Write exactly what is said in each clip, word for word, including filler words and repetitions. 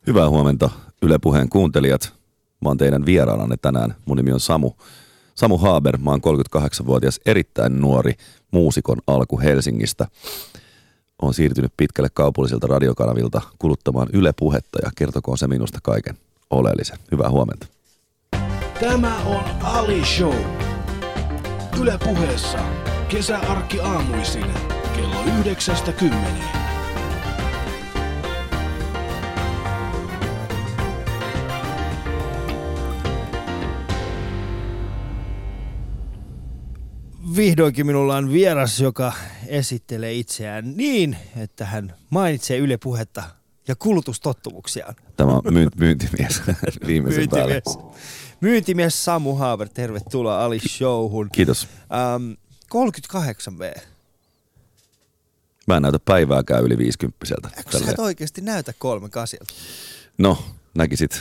Hyvää huomenta Yle Puheen kuuntelijat. Mä oon teidän vieraananne tänään. Mun nimi on Samu. Samu Haber. Mä oon kolmekymmentäkahdeksanvuotias erittäin nuori muusikon alku Helsingistä. Oon siirtynyt pitkälle kaupallisilta radiokanavilta kuluttamaan Yle Puhetta ja kertokoon se minusta kaiken oleellisen. Hyvää huomenta. Tämä on Ali Show. Yle Puheessa kesäarkki aamuisin kello yhdeksästä kymmeneen. Vihdoinkin minulla on vieras, joka esittelee itseään niin, että hän mainitsee Yle Puhetta ja kulutustottumuksiaan. Tämä on myy- myyntimies viimeisen päälle. Myyntimies Samu Haber, tervetuloa Ali Showhun. Kiitos. Ähm, kolmekymmentäkahdeksan vuotta. Mä en näytä päivääkään yli viisikymppiseltä. Eikö sä et oikeasti näytä kolmekymmentäkahdeksan? No, näkisit.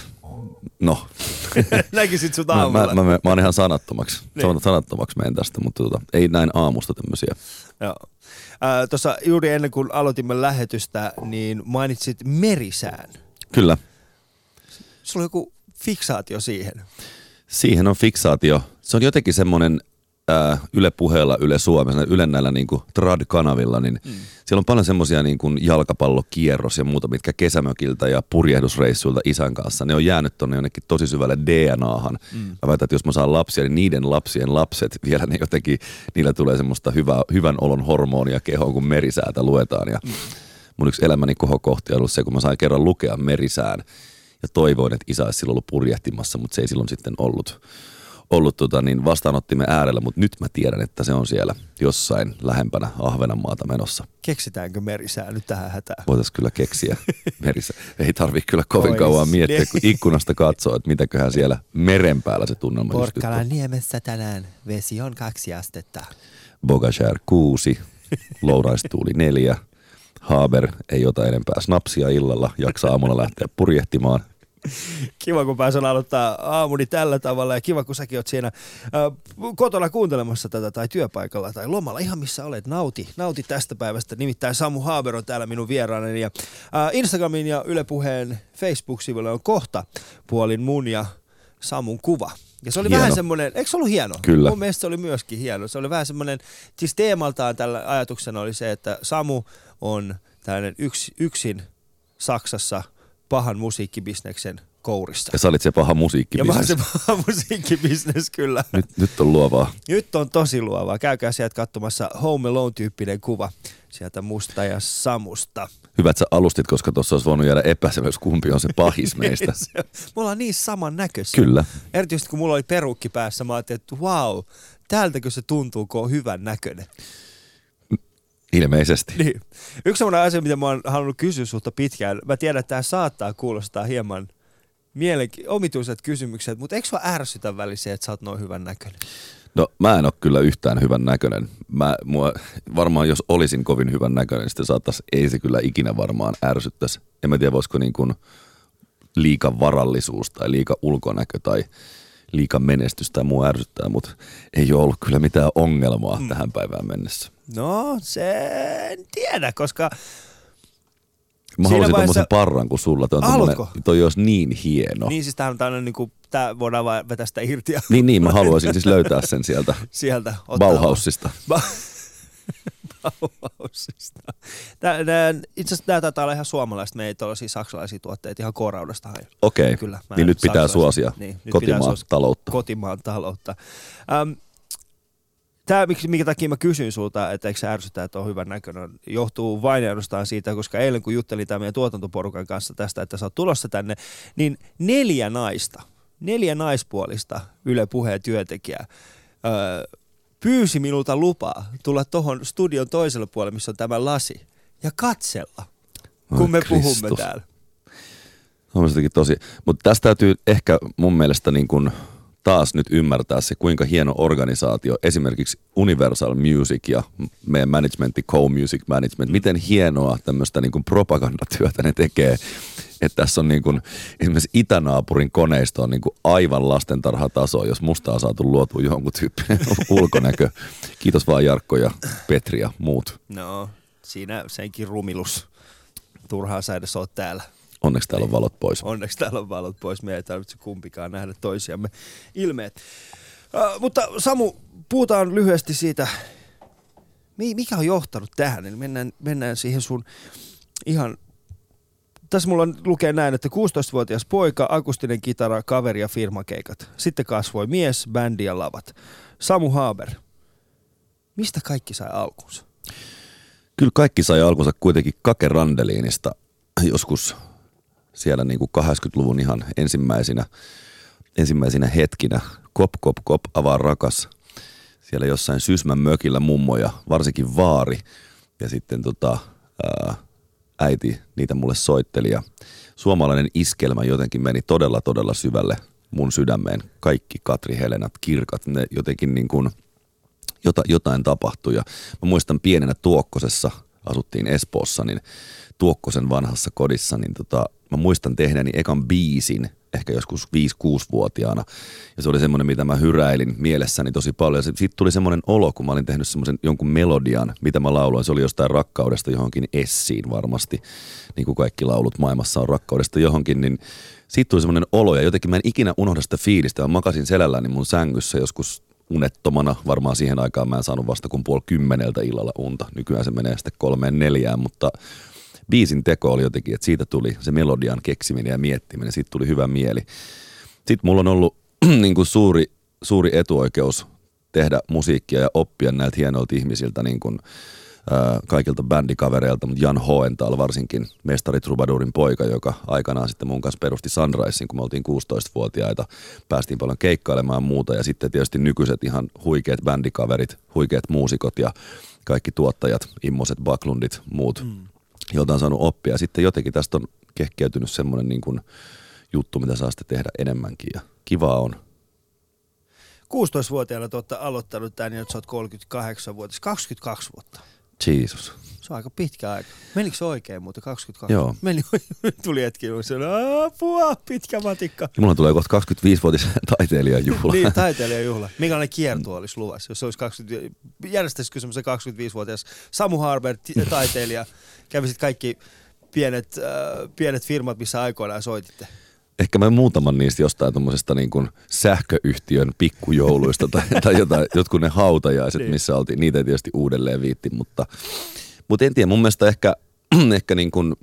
No. Näkisit sut mä, aamulla. mä, mä, mä, mä oon ihan sanattomaksi. Niin. Sanattomaksi menen tästä, mutta tota, ei näin aamusta tämmöisiä. Joo. Äh, Tuossa juuri ennen kuin aloitimme lähetystä, niin mainitsit merisään. Kyllä. Sulla on joku fiksaatio siihen. Siihen on fiksaatio. Se on jotenkin semmoinen ää, Yle Puheella, Yle Suomessa, Yle näillä niin kuin Trad-kanavilla, niin mm. siellä on paljon semmoisia niin kuin jalkapallokierros ja muuta, mitkä kesämökiltä ja purjehdusreissuilta isän kanssa, ne on jäänyt tonne jonnekin tosi syvälle D N A:han. Mm. Mä väitän, että jos mä saan lapsia, niin niiden lapsien lapset, vielä ne jotenkin, niillä tulee semmoista hyvää, hyvän olon hormonia kehoon, kun merisäätä luetaan. Ja mm. mun yksi elämäni kohokohti on ollut se, kun mä sain kerran lukea merisään. Ja toivoin, että isä olisi silloin ollut purjehtimassa, mutta se ei silloin sitten ollut, ollut tota, niin vastaanottimme äärellä. Mutta nyt mä tiedän, että se on siellä jossain lähempänä Ahvenanmaata menossa. Keksitäänkö merisää nyt tähän hätään? Voitaisiin kyllä keksiä merisää. Ei tarvitse kyllä kovin Ois. kauan miettiä, kun ikkunasta katsoo, että mitäköhän siellä meren päällä se tunnelma just nyt on. Porkkalan niemessä tänään vesi on kaksi astetta. Bogashär kuusi, louraistuuli neljä. Haber ei ota enempää snapsia illalla, jaksaa aamulla lähteä purjehtimaan. Kiva, kun pääsen aloittaa aamuni tällä tavalla ja kiva, kun säkin oot siinä äh, kotona kuuntelemassa tätä tai työpaikalla tai lomalla, ihan missä olet. Nauti, nauti tästä päivästä. Nimittäin Samu Haber on täällä minun vieraaneni ja äh, Instagramin ja Yle Puheen Facebook-sivuilla on kohta puolin mun ja Samun kuva. Ja se oli hieno. Vähän semmoinen, eikö se ollut hieno? Kyllä. Mun mielestä se oli myöskin hieno. Se oli vähän semmoinen, siis teemaltaan tällä ajatuksena oli se, että Samu on tällainen yks, yksin Saksassa pahan musiikkibisneksen kourissa. Ja sä olit se paha musiikkibisnes. Ja mä oon se paha musiikkibisnes, kyllä. Nyt, nyt on luovaa. Nyt on tosi luovaa. Käykää sieltä katsomassa Home Alone-tyyppinen kuva sieltä musta ja Samusta. Hyvä, että sä alustit, koska tuossa olisi voinut jäädä epäselväksi, kumpi on se pahis meistä. Me ollaan niin samannäköisiä. Kyllä. Erityisesti kun mulla oli perukki päässä, mä ajattelin, että vau, wow, täältäkö se tuntuu, kun on hyvän näköinen. Ilmeisesti. Niin. Yksi sellainen asia, mitä mä oon halunnut kysyä sulta pitkään. Mä tiedän, että tämä saattaa kuulostaa hieman mielenki- omituiset kysymykset, mutta eikö sua ärsytä välissä, että sä oot noin hyvän näköinen? No mä en ole kyllä yhtään hyvän näköinen. Mä, mua, varmaan jos olisin kovin hyvän näköinen, niin sitten saattaisi, ei se kyllä ikinä varmaan ärsyttäisi. En mä tiedä, voisiko niin kuin liika varallisuus tai liika ulkonäkö tai liika menestys tai muu ärsyttää, mutta ei ole ollut kyllä mitään ongelmaa mm. tähän päivään mennessä. No, se en tiedä, koska mä haluaisin tommosen parran kuin sulla. Toi, on toi olisi niin hieno. Niin siis tää on tämmönen niinku, tää voidaan vaan vetää sitä irti. Niin, niin, mä haluaisin siis löytää sen sieltä. Sieltä. Bauhausista. Ba- Bauhausista. Tää, tää, itse asiassa tää taitaa olla ihan suomalaista. Me ei tollaisia saksalaisia tuotteita ihan K-Raudasta. Okei, okay. Niin nyt pitää suosia niin, nyt kotimaan pitää suosia taloutta. Kotimaan taloutta. Ähm, Tämä, minkä takia mä kysyin sulta, että eikö sä ärsytä, että on hyvän näköinen, johtuu vain ainoastaan siitä, koska eilen kun juttelin tämän meidän tuotantoporukan kanssa tästä, että sä oot tulossa tänne, niin neljä naista, neljä naispuolista Yle Puheen työntekijää öö, pyysi minulta lupaa tulla tuohon studion toiselle puolelle, missä on tämä lasi, ja katsella, kun me Kristus. puhumme täällä. On se tosi, mutta tästä täytyy ehkä mun mielestä niin kuin taas nyt ymmärtää se, kuinka hieno organisaatio, esimerkiksi Universal Music ja meidän managementti, Co-Music Management, miten hienoa tämmöistä niin kuin propagandatyötä ne tekee. Että tässä on niin kuin, esimerkiksi itänaapurin koneisto on niin kuin aivan lastentarhataso, jos musta on saatu luotua jonkun tyyppinen ulkonäkö. Kiitos vaan Jarkko ja Petri ja muut. No, siinä senkin rumilus. Turhaan sä edes oot täällä. Onneksi täällä on valot pois. Onneksi täällä on valot pois. Me ei tarvitse kumpikaan nähdä toisiamme ilmeet. Uh, mutta Samu, puhutaan lyhyesti siitä, mikä on johtanut tähän. Eli mennään, mennään siihen sun ihan... Tässä mulla lukee näin, että kuusitoistavuotias poika, akustinen kitara, kaveri ja firmakeikat. Sitten kasvoi mies, bändi ja lavat. Samu Haber, mistä kaikki sai alkunsa? Kyllä kaikki sai alkunsa kuitenkin Kake Randeliinista joskus siellä niin kuin kahdeksankymmentäluvun ihan ensimmäisinä, ensimmäisinä hetkinä. Kop, kop, kop, avaa rakas. Siellä jossain Sysmän mökillä mummo ja varsinkin vaari. Ja sitten tota... Ää, äiti niitä mulle soitteli ja suomalainen iskelmä jotenkin meni todella, todella syvälle mun sydämeen. Kaikki Katri Helenat, Kirkat, ne jotenkin niin kuin jota, jotain tapahtui. Ja mä muistan pienenä Tuokkosessa, asuttiin Espoossa, niin Tuokkosen vanhassa kodissa, niin tota, mä muistan tehneeni ekan biisin, ehkä joskus viisi-kuusi-vuotiaana. Ja se oli semmoinen, mitä mä hyräilin mielessäni tosi paljon. Ja siitä tuli semmoinen olo, kun mä olin tehnyt semmoisen jonkun melodian, mitä mä lauloin. Se oli jostain rakkaudesta johonkin essiin varmasti, niin kuin kaikki laulut maailmassa on rakkaudesta johonkin. Niin siitä tuli semmoinen olo, ja jotenkin mä en ikinä unohda sitä fiilistä. Mä makasin selälläni mun sängyssä joskus unettomana. Varmaan siihen aikaan mä en saanut vasta kuin puoli kymmeneltä illalla unta. Nykyään se menee sitten kolmeen neljään, mutta... biisin teko oli jotenkin, että siitä tuli se melodian keksiminen ja miettiminen, siitä tuli hyvä mieli. Sitten mulla on ollut niin kuin suuri, suuri etuoikeus tehdä musiikkia ja oppia näiltä hienoilta ihmisiltä, niin kuin, ää, kaikilta bändikavereilta, mutta Jan Hoenthal varsinkin, mestari Trubadurin poika, joka aikanaan sitten mun kanssa perusti Sunrisein, kun me oltiin kuusitoistavuotiaita, päästiin paljon keikkailemaan muuta, ja sitten tietysti nykyiset ihan huikeat bändikaverit, huikeat muusikot ja kaikki tuottajat, Immoset, Backlundit, muut, mm. jolta on saanut oppia. Sitten jotenkin tästä on kehkeytynyt semmoinen niin kuin juttu, mitä saa sitten tehdä enemmänkin, ja kivaa on. kuusitoistavuotiaana te olette aloittanut tämän, niin että sä oot kolmekymmentäkahdeksanvuotias, kaksikymmentäkaksi vuotta. Jeesus. Se on aika pitkä aika. Menikö se oikein muuten, kaksikymmentäkaksi? Joo. Meni, tuli hetki, kun se on apua, pitkä matikka. Ja mulla tulee kohta kaksikymmentäviisivuotis taiteilijajuhla. Niin, taiteilijajuhla. Minkälainen kiertue olisi luvassa, jos se olisi kaksikymmentä, järjestäisikö semmoisen kaksikymmentäviisivuotias Samu Haber, taiteilija, kävisit kaikki pienet, äh, pienet firmat, missä aikoinaan soititte? Ehkä mä muutaman niistä jostain tuommoisesta niin kuin sähköyhtiön pikkujouluista tai, tai jotain, jotkut ne hautajaiset, niin. Missä oltiin. Niitä ei tietysti uudelleen viitti, mutta, mutta en tiedä. Mun mielestä ehkä, ehkä niin kuin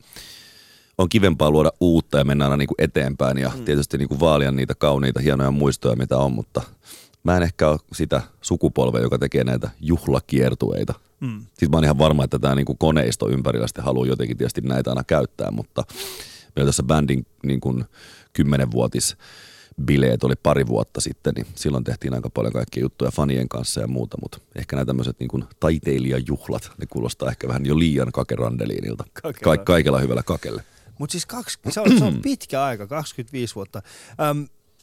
on kivempaa luoda uutta ja mennä aina niin kuin eteenpäin ja mm. tietysti niin kuin vaalia niitä kauniita, hienoja muistoja, mitä on, mutta mä en ehkä ole sitä sukupolvea, joka tekee näitä juhlakiertueita. Mm. Sitten mä oon ihan varma, että tämä niin kuin koneisto ympärillä sitten haluaa jotenkin tietysti näitä aina käyttää, mutta meillä tässä bändin niin kuin kymmenvuotis bileet oli pari vuotta sitten, niin silloin tehtiin aika paljon kaikkia juttuja fanien kanssa ja muuta, mutta ehkä nämä tämmöiset niin kuin taiteilijajuhlat, ne kuulostaa ehkä vähän jo liian Kake Randeliinilta. Ka- kaikella hyvällä Kakelle. Mutta siis kaksi, se, on, se on pitkä aika, kaksikymmentäviisi vuotta. Öm,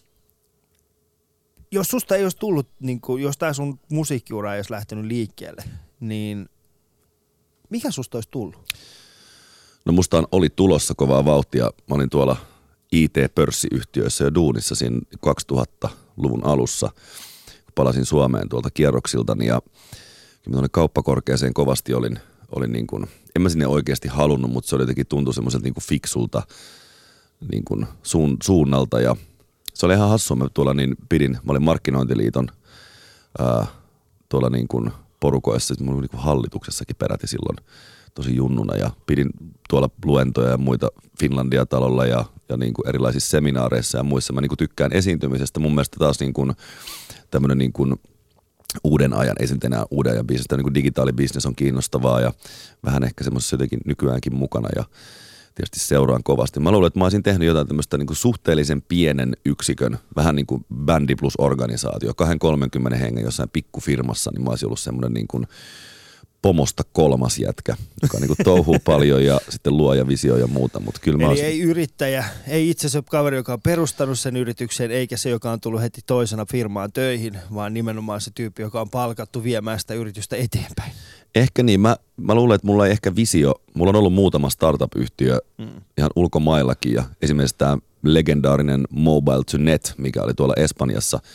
jos susta ei olisi tullut, niin kuin, jos tämä sun musiikkiura ei olisi lähtenyt liikkeelle, niin mikä susta olisi tullut? No musta oli tulossa kovaa vauhtia. Mä olin tuolla I T-pörssiyhtiöissä jo duunissa siinä kaksituhattaluvun alussa, kun palasin Suomeen tuolta kierroksiltani. Ja tuonne kauppakorkeaseen kovasti olin, olin niin kuin, en mä sinne oikeasti halunnut, mutta se oli jotenkin tuntui semmoiselta niin kuin fiksulta niin kuin suun, suunnalta. Ja se oli ihan hassua. Mä tuolla niin pidin, mä olin Markkinointiliiton ää, tuolla niin kuin porukoissa, mä olin niin kuin hallituksessakin peräti silloin tosi junnuna ja pidin tuolla luentoja ja muita Finlandia-talolla ja, ja niin kuin erilaisissa seminaareissa ja muissa. Mä niin kuin tykkään esiintymisestä. Mun mielestä taas niin kuin tämmöinen niin kuin uuden ajan, ei se enää uuden ajan bisnes, niin kuin digitaalibisnes on kiinnostavaa ja vähän ehkä semmoisessa jotenkin nykyäänkin mukana ja tietysti seuraan kovasti. Mä luulen, että mä olisin tehnyt jotain tämmöistä niin kuin suhteellisen pienen yksikön, vähän niin kuin bändi plus organisaatio, kaksikymmentä kolmekymmentä hengen jossain pikkufirmassa, niin mä olisin ollut semmoinen niin kuin pomosta kolmas jätkä, joka niinku touhuu paljon ja sitten luo ja visio ja muuta. Mut kyllä mä Eli olisin... ei yrittäjä, ei itse se kaveri, joka on perustanut sen yrityksen, eikä se, joka on tullut heti toisena firmaan töihin, vaan nimenomaan se tyyppi, joka on palkattu viemään sitä yritystä eteenpäin. Ehkä niin. Mä, mä luulen, että mulla ei ehkä visio. Mulla on ollut muutama startup-yhtiö mm. ihan ulkomaillakin ja esimerkiksi tämä legendaarinen Mobile to Net, mikä oli tuolla Espanjassa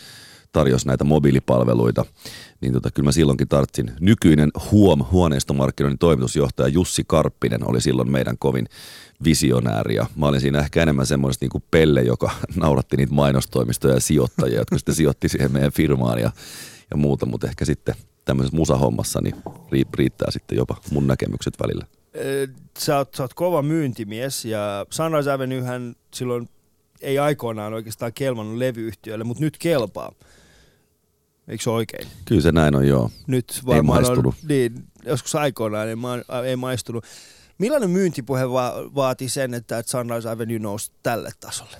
tarjosi näitä mobiilipalveluita, niin tota, kyllä mä silloinkin tartsin. Nykyinen Huom huoneistomarkkinoinnin toimitusjohtaja Jussi Karppinen oli silloin meidän kovin visionääri. Ja mä olin siinä ehkä enemmän semmoista niin kuin Pelle, joka nauratti niitä mainostoimistoja ja sijoittajia, jotka sitten sijoitti siihen meidän firmaan ja, ja muuta, mutta ehkä sitten tämmöisessä musahommassa niin riittää sitten jopa mun näkemykset välillä. Sä oot, sä oot kova myyntimies ja Sunrise Avenuehän silloin ei aikoinaan oikeastaan kelvannut levyyhtiölle, mutta nyt kelpaa. Eikö se oikein? Kyllä se näin on, joo. Nyt ei maistunut. On, niin, joskus aikoinaan ei, ma- ei maistunut. Millainen myyntipuhe va- vaati sen, että Sunrise Avenue nousi tälle tasolle?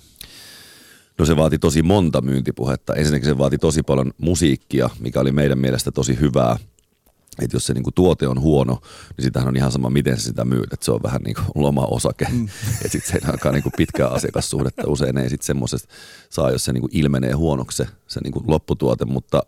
No se vaati tosi monta myyntipuhetta. Ensinnäkin se vaati tosi paljon musiikkia, mikä oli meidän mielestä tosi hyvää. Että jos se niinku tuote on huono, niin sitähän on ihan sama, miten se sitä myy. Että se on vähän niin kuin loma-osake. Mm. Että sitten se ei alkaa niinku pitkää asiakassuhdetta. Usein ei sitten semmoisesta saa, jos se niinku ilmenee huonoksi se, se niinku lopputuote. Mutta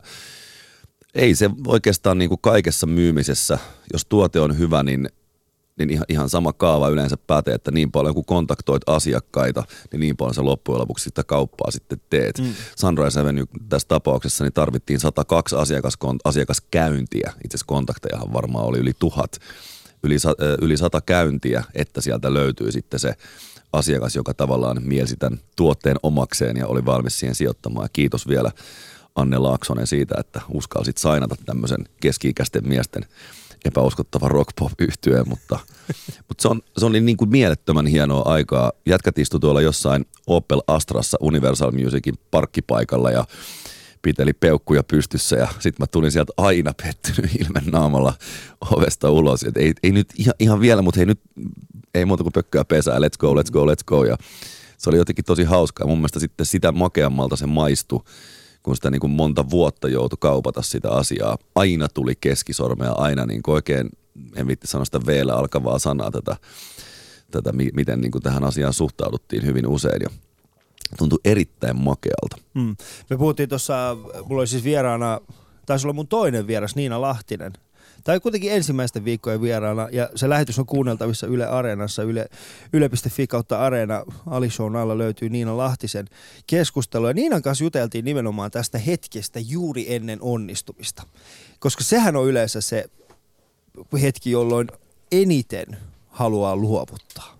ei se oikeastaan niinku kaikessa myymisessä, jos tuote on hyvä, niin niin ihan, ihan sama kaava yleensä pätee, että niin paljon kun kontaktoit asiakkaita, niin niin paljon sä loppujen lopuksi sitä kauppaa sitten teet. Mm. Sunrise Avenue tässä tapauksessa niin tarvittiin sata kaksi asiakas, asiakaskäyntiä, itse asiassa kontaktejahan varmaan oli yli tuhat, yli, yli sata käyntiä, että sieltä löytyy sitten se asiakas, joka tavallaan mielsi tämän tuotteen omakseen ja oli valmis siihen sijoittamaan. Kiitos vielä Anne Laaksonen siitä, että uskalsit sainata tämmöisen keski-ikäisten miesten epäuskottava rock-pop-yhtyeen, mutta, mutta se, on, se oli niin kuin mielettömän hienoa aikaa. Jätkät istui tuolla jossain Opel Astrassa Universal Musicin parkkipaikalla ja piteli peukkuja pystyssä ja sitten mä tulin sieltä aina pettynyt ilmen naamalla ovesta ulos. Et ei, ei nyt ihan, ihan vielä, mutta hei nyt ei muuta kuin pökköä pesää, let's go, let's go, let's go. Ja se oli jotenkin tosi hauskaa. Mun mielestä sitten sitä makeammalta se maistui, kun sitä niin kuin monta vuotta joutui kaupata sitä asiaa. Aina tuli keskisormea, aina niin kuin oikein, en viitti sanoa sitä V-llä alkavaa sanaa, tätä, tätä miten niin kuin tähän asiaan suhtauduttiin hyvin usein ja tuntui erittäin makealta. Hmm. Me puhuttiin tuossa, mulla oli siis vieraana, taisi olla mun toinen vieras, Niina Lahtinen. Tai kuitenkin ensimmäisten viikkojen vieraana, ja se lähetys on kuunneltavissa Yle Areenassa, yle, yle piste fi kautta Areena. Ali-shown alla löytyy Niina Lahtisen keskustelu. Ja Niinan kanssa juteltiin nimenomaan tästä hetkestä juuri ennen onnistumista. Koska sehän on yleensä se hetki, jolloin eniten haluaa luovuttaa.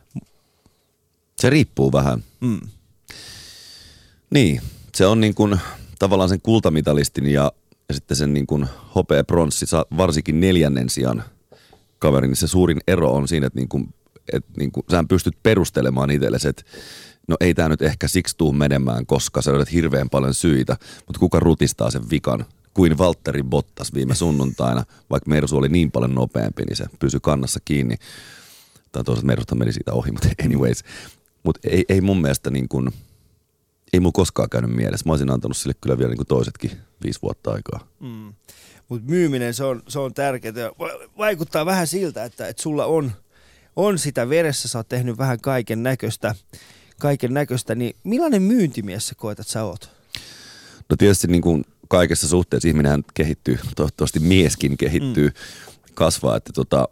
Se riippuu vähän. Mm. Niin, se on niin kuin tavallaan sen kultamitalistin ja Ja sitten sen niin kuin hopea pronssi, varsinkin neljännen sijan kaveri, niin se suurin ero on siinä, että, niin kuin, että niin kuin, sä pystyt perustelemaan itsellesi, että no ei tää nyt ehkä siksi tuu menemään, koska sä löydät hirveän paljon syitä, mutta kuka rutistaa sen vikan kuin Valtteri Bottas viime sunnuntaina, vaikka Mersu oli niin paljon nopeampi, niin se pysyi kannassa kiinni. Tai toisaalta Mersusta meni siitä ohi, mutta anyways. Mutta ei, ei mun mielestä niin kuin, ei mun koskaan käynyt mielessä. Mä olisin antanut sille kyllä vielä niin kuin toisetkin viisi vuotta aikaa. Mm. Mutta myyminen, se on, se on tärkeää. Vaikuttaa vähän siltä, että, että sulla on, on sitä veressä, sä oot tehnyt vähän kaiken näköistä, kaiken näköistä, niin millainen myyntimies sä koet, että sä oot? No tietysti niin kuin kaikessa suhteessa ihminenhän kehittyy, toivottavasti mieskin kehittyy, mm. kasvaa, että tota,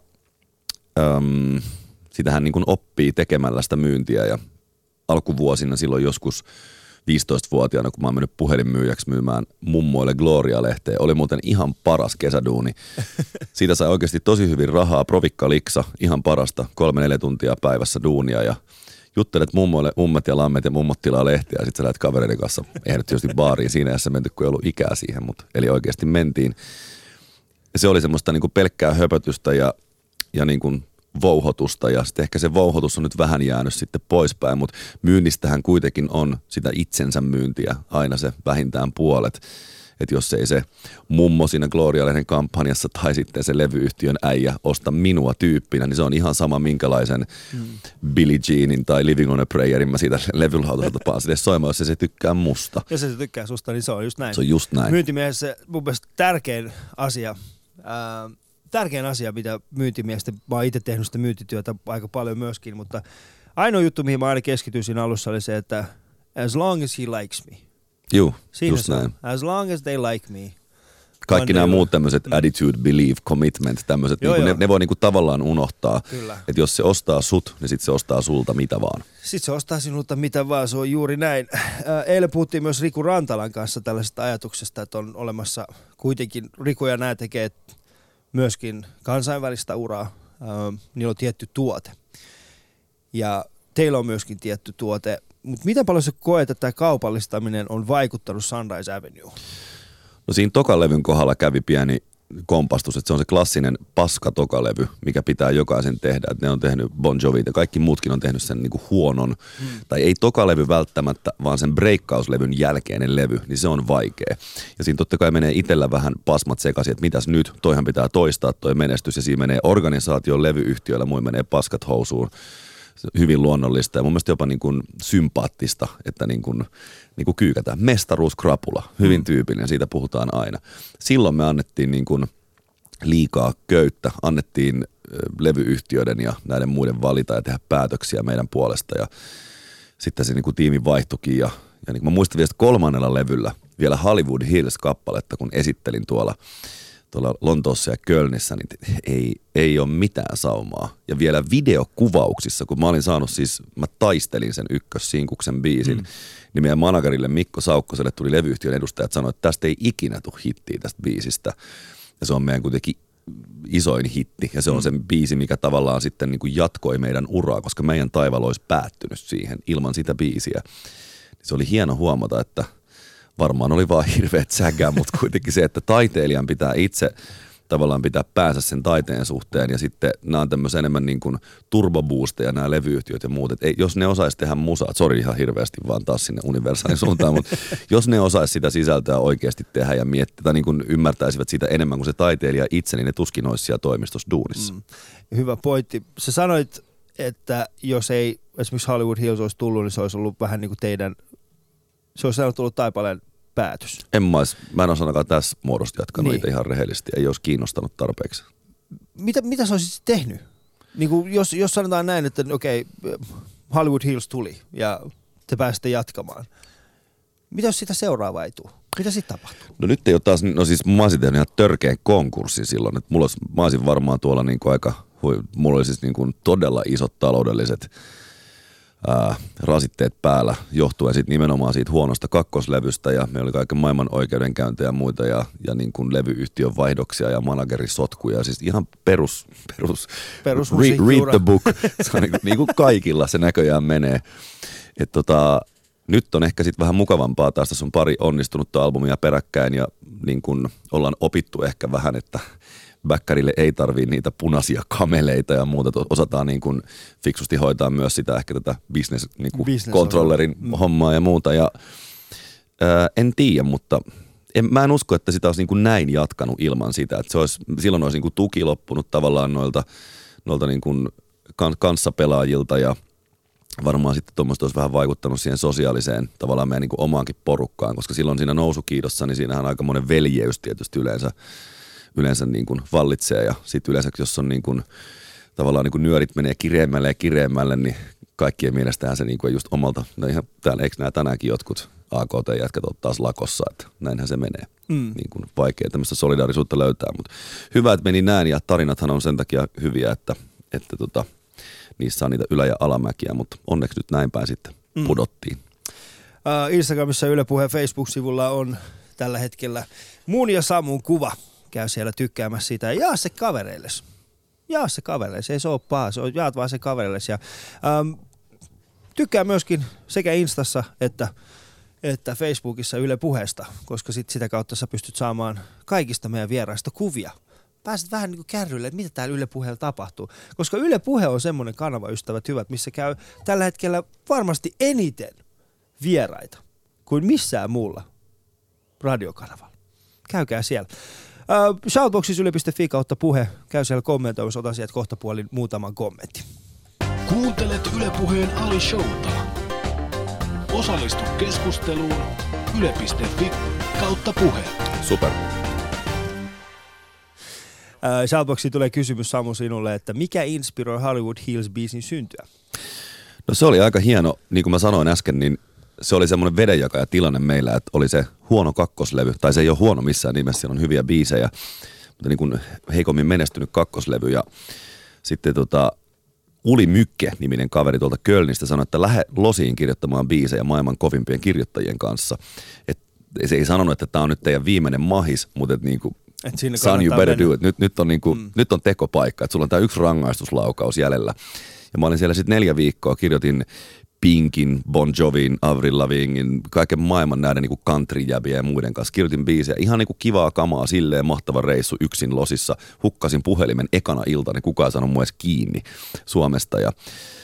äm, sitähän niin kuin oppii tekemällä sitä myyntiä ja alkuvuosina silloin joskus viisitoistavuotiaana, kun mä oon mennyt puhelinmyyjäksi myymään mummoille Gloria-lehteä. Oli muuten ihan paras kesäduuni. Siitä sai oikeasti tosi hyvin rahaa. Provikka liksa, ihan parasta. Kolme neljä tuntia päivässä duunia ja juttelet mummoille ummet ja lammet ja mummot tilaa lehtiä ja sit sä lähdet kavereiden kanssa. Eihän nyt tietysti baariin siinä jässä menty, kun ei ollut ikää siihen, mutta eli oikeasti mentiin. Ja se oli semmoista niinku pelkkää höpötystä ja, ja niinku vouhotusta ja sitten ehkä se vouhotus on nyt vähän jäänyt sitten poispäin, mutta myynnistähän kuitenkin on sitä itsensä myyntiä aina se vähintään puolet. Että jos ei se mummo siinä Gloria-lehden kampanjassa tai sitten se levyyhtiön äijä osta minua tyyppinä, niin se on ihan sama minkälaisen mm. Billie Jeanin tai Living on a Prayerin mä siitä levylautalta tapaan sille soimaan, jos se, se tykkää musta. Jos se tykkää susta, niin se on just näin. Se on just näin. Myyntimiehessä mun mielestä tärkein asia, ää, tärkein asia, mitä myyntimiestä, mä oon itse tehnyt sitä myyntityötä aika paljon myöskin, mutta ainoa juttu, mihin mä aina keskityin siinä alussa oli se, että as long as he likes me. Juu, siinä just näin. As long as they like me. Kaikki nämä muut tämmöiset mm. attitude, belief, commitment, tämmöiset, Joo, niinku, joo. ne, ne voi niinku tavallaan unohtaa. Kyllä. Että jos se ostaa sut, niin sitten se ostaa sulta mitä vaan. Sitten se ostaa sinulta mitä vaan, se on juuri näin. Eilen puhuttiin myös Riku Rantalan kanssa tällaisesta ajatuksesta, että on olemassa kuitenkin, Riku ja nämä tekee myöskin kansainvälistä uraa, niillä on tietty tuote. Ja teillä on myöskin tietty tuote, mutta miten paljon sä koet, että tämä kaupallistaminen on vaikuttanut Sunrise Avenue? No siinä tokalevyn kohdalla kävi pieni kompastus, että se on se klassinen paska tokalevy, mikä pitää jokaisen tehdä. Että ne on tehnyt Bon Jovi ja kaikki muutkin on tehnyt sen niinku huonon, hmm. tai ei tokalevy välttämättä, vaan sen breikkauslevyn jälkeinen levy, niin se on vaikea. Ja siinä totta kai menee itsellä vähän pasmat sekaisin, että mitäs nyt, toihan pitää toistaa toi menestys, ja siinä menee organisaation levyyhtiöillä, muin menee paskat housuun. Hyvin luonnollista ja mun mielestä jopa niin kuin sympaattista, että niin kuin, niin kuin kyykätään. Mestaruuskrapula, hyvin tyypillinen, siitä puhutaan aina. Silloin me annettiin niin kuin liikaa köyttä, annettiin levyyhtiöiden ja näiden muiden valita ja tehdä päätöksiä meidän puolesta ja sitten se niin kuin tiimi vaihtuikin ja, ja niin kuin mä muistan vielä kolmannella levyllä vielä Hollywood Hills-kappaletta, kun esittelin tuolla tuolla Lontoossa ja Kölnissä, niin ei, ei ole mitään saumaa. Ja vielä videokuvauksissa, kun mä olin saanut siis, mä taistelin sen ykkössinkuksen biisin, mm. niin meidän managerille Mikko Saukkoselle tuli levyyhtiön edustajat sanoa, että tästä ei ikinä tule hittiä tästä biisistä. Ja se on meidän kuitenkin isoin hitti. Ja se on mm. sen biisi, mikä tavallaan sitten niin kuin jatkoi meidän uraa, koska meidän taival olisi päättynyt siihen ilman sitä biisiä. Se oli hieno huomata, että varmaan oli vaan hirveät sägää, mutta kuitenkin se, että taiteilijan pitää itse tavallaan pitää päänsä sen taiteen suhteen ja sitten nämä on tämmöisiä enemmän niin kuin turboboosteja, nämä levyyhtiöt ja muut. Et ei, jos ne osaisi tehdä musaa, sori ihan hirveästi vaan taas sinne universaalin suuntaan, mutta jos ne osaisi sitä sisältöä oikeasti tehdä ja miettiä tai niin kuin ymmärtäisivät sitä enemmän kuin se taiteilija itse, niin ne tuskin olisi siellä toimistossa duunissa. Mm. Hyvä pointti. Sä sanoit, että jos ei esimerkiksi Hollywood Hills olisi tullut, niin se olisi ollut vähän niin kuin teidän, se olisi tullut Taipaleen päätös. En mä, ois, mä en ole sanakaan tässä muodosta jatkanut niin. itse ihan rehellisesti. Ei olisi kiinnostanut tarpeeksi. Mitä, mitä sä olisit tehnyt? Niin kuin jos, jos sanotaan näin, että okei, Hollywood Hills tuli ja te pääsitte jatkamaan. Mitä jos sitä seuraavaa ei tule? Mitä sitten tapahtuu? No nyt ei ole taas, no siis mä olisin tehnyt ihan törkeän konkurssin silloin. Että mulla olisi, mä olisin varmaan tuolla niin kuin aika, mulla olisi siis niin kuin todella isot taloudelliset Ää, rasitteet päällä johtuen sit nimenomaan siitä huonosta kakkoslevystä ja meillä oli kaiken maailman oikeudenkäyntejä ja muita ja, ja niin kuin levyyhtiön vaihdoksia ja managerisotkuja. Siis ihan perus, perus, perus read, read the book. Se on niin, kuin, niin kuin kaikilla se näköjään menee. Et tota, nyt on ehkä sitten vähän mukavampaa taas, tässä on pari onnistunutta albumia peräkkäin ja niin kuin ollaan opittu ehkä vähän, että bäkkärille ei tarvii niitä punaisia kameleita ja muuta. Osataan niin kuin fiksusti hoitaa myös sitä ehkä tätä business, niin kuin business controllerin on. hommaa ja muuta. Ja, ää, en tiedä, mutta en, mä en usko, että sitä olisi niin kuin näin jatkanut ilman sitä. Että se olisi, silloin olisi niin kuin tuki loppunut tavallaan noilta, noilta niin kuin kanssapelaajilta ja varmaan sitten tuommoista olisi vähän vaikuttanut siihen sosiaaliseen tavallaan meidän niin kuin omaankin porukkaan, koska silloin siinä nousukiidossa, niin siinähän aika monen veljeys tietysti yleensä yleensä niin kuin vallitsee ja sitten yleensä jos on niin kuin, tavallaan niin kuin nyörit menee kireemmälle ja kireemmälle, niin kaikkien mielestähän se niin kuin just omalta, no ihan täällä, eikö nämä tänäänkin jotkut A K T-jätkät ole taas lakossa, että näinhän se menee. Mm. Niin kuin vaikea tämmöistä solidaarisuutta löytää, mutta hyvä, että meni näin ja tarinathan on sen takia hyviä, että, että tota, niissä on niitä ylä- ja alamäkiä, mutta onneksi nyt näin päin sitten mm. pudottiin. Uh, Instagramissa Yle Puheen Facebook-sivulla on tällä hetkellä mun ja Samun kuva. Käy siellä tykkäämässä siitä ja jaa se kavereilles. Jaa se kavereilles, ei se ole paha, se on, jaat vaan se kavereilles. Ja, äm, tykkää myöskin sekä Instassa että, että Facebookissa Yle Puheesta, koska sit sitä kautta sä pystyt saamaan kaikista meidän vieraista kuvia. Pääset vähän niin kuin kärrylle, että mitä täällä Yle Puheella tapahtuu. Koska Yle Puhe on semmoinen kanava, ystävät hyvät, missä käy tällä hetkellä varmasti eniten vieraita kuin missään muulla radiokanavalla. Käykää siellä. Uh, Shoutboxissa yle piste fi kautta puhe. Käy siellä kommentoimassa, otan sieltä kohta puolin muutaman kommentin. Kuuntelet Yle Puheen Ali Showta. Osallistu keskusteluun yle piste fi kautta puhe. Super. Uh, Shoutboxiin tulee kysymys Samu sinulle, että mikä inspiroi Hollywood Hills-biisin syntyä? No se oli aika hieno, niin kuin mä sanoin äsken, niin se oli semmoinen vedenjakaja tilanne meillä, että oli se huono kakkoslevy, tai se ei ole huono missään nimessä, siellä on hyviä biisejä, mutta niin kuin heikommin menestynyt kakkoslevy ja sitten tota Uli Mykke-niminen kaveri tuolta Kölnistä sanoi, että lähde Losiin kirjoittamaan biisejä maailman kovimpien kirjoittajien kanssa. Et se ei sanonut, että tämä on nyt teidän viimeinen mahis, mutta että niinku, son you better do it. Nyt, nyt, on niinku, mm. nyt on tekopaikka, että sulla on tämä yksi rangaistuslaukaus jäljellä. Ja mä olin siellä sitten neljä viikkoa, kirjoitin Pinkin, Bon Jovin, Avril Lavignein, kaiken maailman näiden niinku country-jäbiä ja muiden kanssa. Kirjoitin biisejä, ihan niinku kivaa kamaa, silleen mahtava reissu yksin Losissa. Hukkasin puhelimen ekana iltana, niin kukaan ei saanut mua edes kiinni Suomesta ja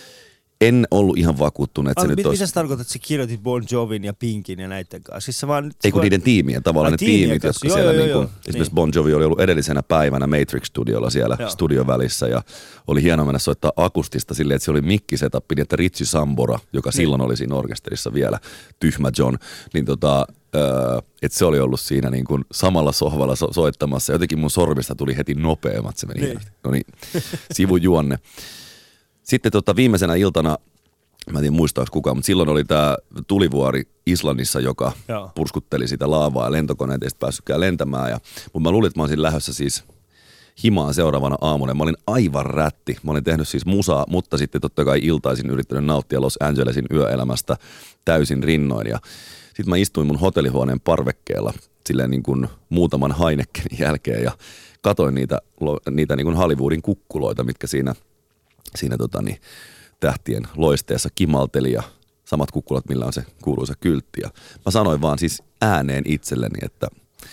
en ollut ihan vakuuttunut, että se mit, nyt olisi... Mitä sä tarkoitat, että sä kirjoitit Bon Jovin ja Pinkin ja näiden kanssa? Siis sä vaan... Ei kun niiden tiimien tavallaan, ne tiimit, jotka joo, siellä joo, niin kuin, esimerkiksi niin. Bon Jovi oli ollut edellisenä päivänä Matrix-studiolla siellä joo. studion välissä ja oli hienoa mennä soittaa akustista silleen, että se oli mikkisetappi, niin että Richie Sambora, joka niin. silloin oli siinä orkesterissa vielä, tyhmä John, niin tota... Öö, että se oli ollut siinä niin kuin samalla sohvalla so- soittamassa. Jotenkin mun sormista tuli heti nopeammat, se meni niin. No niin, sivujuonne. Sitten tota, viimeisenä iltana, mä en tiedä muistaako kukaan, mutta silloin oli tämä tulivuori Islannissa, joka Joo. purskutteli sitä laavaa ja lentokoneet ei sitten päässytkään lentämään. Ja, mutta mä luulin, että mä olisin lähdössä siis himaan seuraavana aamuna. Mä olin aivan rätti. Mä olin tehnyt siis musaa, mutta sitten totta kai iltaisin yrittänyt nauttia Los Angelesin yöelämästä täysin rinnoin. Ja sitten mä istuin mun hotellihuoneen parvekkeella silleen niin kuin muutaman Heinekenin jälkeen ja katoin niitä, niitä niin kuin Hollywoodin kukkuloita, mitkä siinä, siinä tota niin, tähtien loisteessa kimalteli ja samat kukkulat, millä on se kuuluisa kyltti. Ja mä sanoin vaan siis ääneen itselleni, että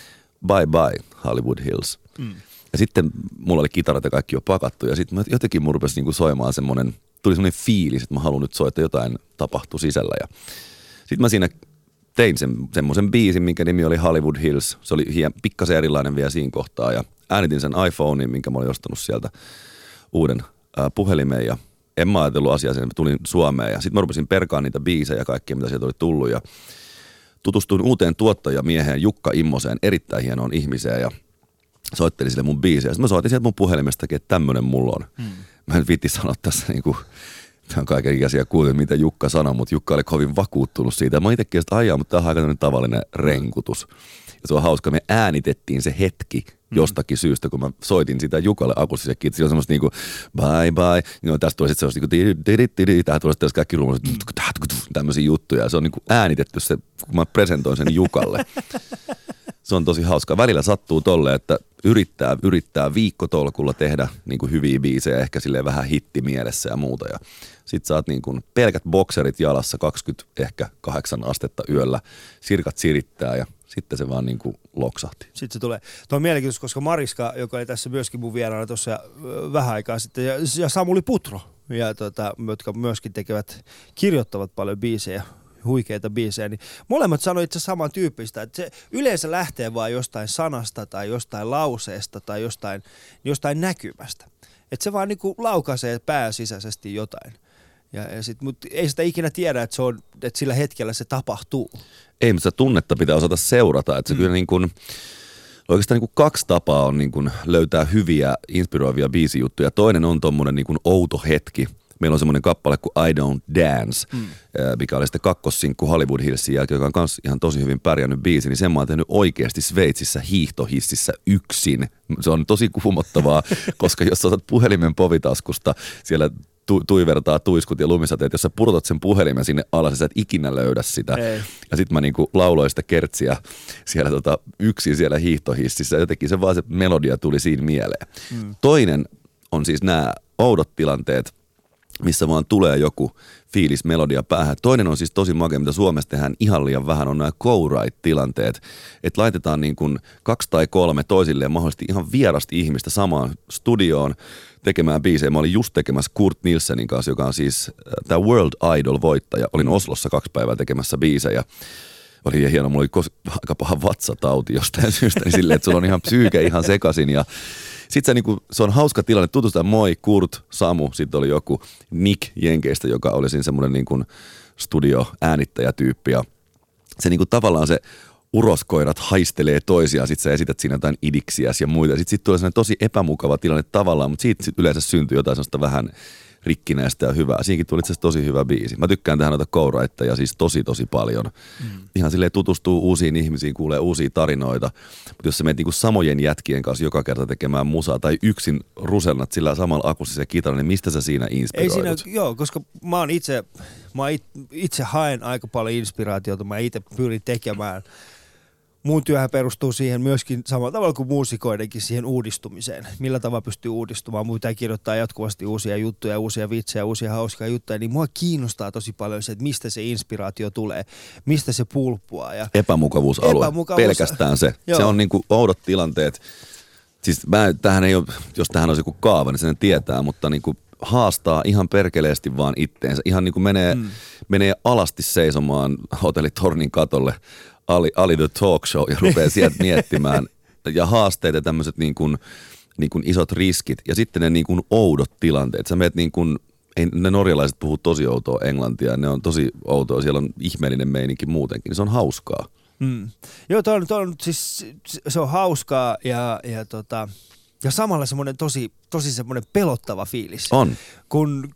bye bye Hollywood Hills. Mm. Ja sitten mulla oli kitarat ja kaikki jo pakattu ja sitten jotenkin mun rupesi niin kuin soimaan semmoinen, tuli semmoinen fiilis, että mä haluan nyt soittaa jotain tapahtuu sisällä. Ja sitten mä siinä tein sen, semmoisen biisin, minkä nimi oli Hollywood Hills. Se oli hien, pikkasen erilainen vielä siinä kohtaa ja äänitin sen iPhonein, minkä mä olin ostanut sieltä uuden ää, puhelimeen ja en mä ajatellut asiaa sen, tulin Suomeen ja sitten mä rupesin perkaan niitä biisejä ja kaikkia, mitä sieltä oli tullut ja tutustuin uuteen tuottajamieheen Jukka Immoseen, erittäin hienoon ihmiseen ja soittelin sille mun biisejä. Sitten mä soitin sieltä mun puhelimestakin, että tämmönen mulla on. Hmm. Mä en viitti sanoa tässä niinku, tämä on kaikenikäisiä kuulemia, mitä Jukka sanoi, mutta Jukka oli kovin vakuuttunut siitä. Mä itsekin sitä ajaa, mutta tämä on aika tavallinen renkutus. Ja se on hauska, me äänitettiin se hetki jostakin syystä, kun mä soitin sitä Jukalle akustisen kiitos. Se on semmoista niinku bye bye. No, tästä tulee sitten semmoista niinku tähän tulee sitten kaikki ruumalliset tämmöisiä juttuja. Ja se on niinku äänitetty se, kun mä presentoin sen Jukalle. Se on tosi hauskaa. Välillä sattuu tolle, että yrittää, yrittää viikkotolkulla tehdä niin kuin hyviä biisejä, ehkä silleen vähän hittimielessä ja muuta. Ja sit saat niin kuin pelkät bokserit jalassa, kaksikymmentä ehkä kahdeksan astetta yöllä, sirkat sirittää ja sitten se vaan niin kuin loksahti. Sitten se tulee. Tuo on mielenkiintoista, koska Mariska, joka oli tässä myöskin mun vieraana tuossa vähän aikaa sitten, ja, ja Samuli Putro, ja tota, jotka myöskin tekevät, kirjoittavat paljon biisejä, huikeita biisejä, niin molemmat sanoi itse samantyyppistä, että se yleensä lähtee vaan jostain sanasta tai jostain lauseesta tai jostain, jostain näkymästä. Että se vaan niinku laukaisee pääsisäisesti jotain. Ja, ja sit, mutta ei sitä ikinä tiedä, että, se on, että sillä hetkellä se tapahtuu. Ei, mutta sitä tunnetta pitää osata seurata. Että se mm. kyllä niin kuin, oikeastaan niin kuin kaksi tapaa on niin kuin löytää hyviä, inspiroivia biisijuttuja. Toinen on tommonen niin kuin outo hetki. Meillä on semmoinen kappale kuin I Don't Dance, mm. mikä oli sitten kakkossinkku Hollywood Hillsin jälkeen, joka on myös ihan tosi hyvin pärjännyt biisi, niin sen mä oon tehnyt oikeasti Sveitsissä hiihtohississä yksin. Se on tosi kuumottavaa, koska jos sä otat puhelimen povitaskusta, siellä tu- tuivertaa tuiskut ja lumisateet, jos sä pudotat sen puhelimen sinne alas, sä et ikinä löydä sitä. Ei. Ja sit mä niinku lauloin sitä kertsiä siellä tota, yksin siellä hiihtohississä, jotenkin se vaan se melodia tuli siinä mieleen. Mm. Toinen on siis nämä oudot tilanteet, missä vaan tulee joku fiilis, melodia päähän. Toinen on siis tosi makea, mitä Suomessa tehdään ihan liian vähän, on nämä co-write-tilanteet. Että laitetaan niin kuin kaksi tai kolme toisilleen mahdollisesti ihan vierasti ihmistä samaan studioon tekemään biisejä. Mä olin just tekemässä Kurt Nielsenin kanssa, joka on siis tämä World Idol-voittaja. Olin Oslossa kaksi päivää tekemässä biisejä. Oli hieno, mulla oli aika paha vatsatauti jostain syystä, niin silleen, että sulla on ihan psyyke ihan sekaisin ja sitten se, niinku, se on hauska tilanne, tutustutaan moi, Kurt, Samu, sitten oli joku Nick Jenkeistä, joka oli siinä semmoinen niinku studio-äänittäjätyyppi ja se niinku tavallaan se uroskoirat haistelee toisiaan, sitten sä esität siinä jotain idiksiäs ja muita, sitten sit tulee sellainen tosi epämukava tilanne tavallaan, mutta siitä sit yleensä syntyy jotain sellaista vähän rikkinäistä ja hyvää. Siinäkin tuli itse asiassa tosi hyvä biisi. Mä tykkään tähän noita co-writeja siis tosi tosi paljon. Mm. Ihan silleen tutustuu uusiin ihmisiin, kuulee uusia tarinoita. Mutta jos sä menet niinku samojen jätkien kanssa joka kerta tekemään musaa tai yksin rusennat sillä samalla akustisen kitaran, niin mistä sä siinä inspiroidut? Ei siinä, joo, koska mä oon itse, mä it, itse haen aika paljon inspiraatiota. Mä itse pyrin tekemään. Mun työhän perustuu siihen myöskin samalla tavalla kuin muusikoidenkin siihen uudistumiseen. Millä tavalla pystyy uudistumaan. Mun pitää kirjoittaa jatkuvasti uusia juttuja, uusia vitsejä, uusia hauskaa juttuja. Niin mua kiinnostaa tosi paljon se, että mistä se inspiraatio tulee, mistä se pulppuaa. Ja epämukavuusalue, epämukavuus... pelkästään se. Joo. Se on niinku oudot tilanteet. Siis mä, tähän ei ole, jos tähän olisi joku kaava, niin sen tietää, mutta niinku haastaa ihan perkeleesti vaan itteensä. Ihan niinku menee, mm. menee alasti seisomaan hotellitornin katolle. Ali, Ali the Talk Show ja rupeaa sieltä miettimään ja haasteet ja tämmöiset niin kuin, niin kuin isot riskit ja sitten ne niin kuin oudot tilanteet. Sä meet niin kuin, ei, ne norjalaiset puhuu tosi outoa englantia, ne on tosi outoa, siellä on ihmeellinen meininki muutenkin, niin se on hauskaa. Mm. Joo, toi on, toi on, siis, se on hauskaa ja, ja, tota, ja samalla semmoinen tosi, tosi semmoinen pelottava fiilis. On. Kun,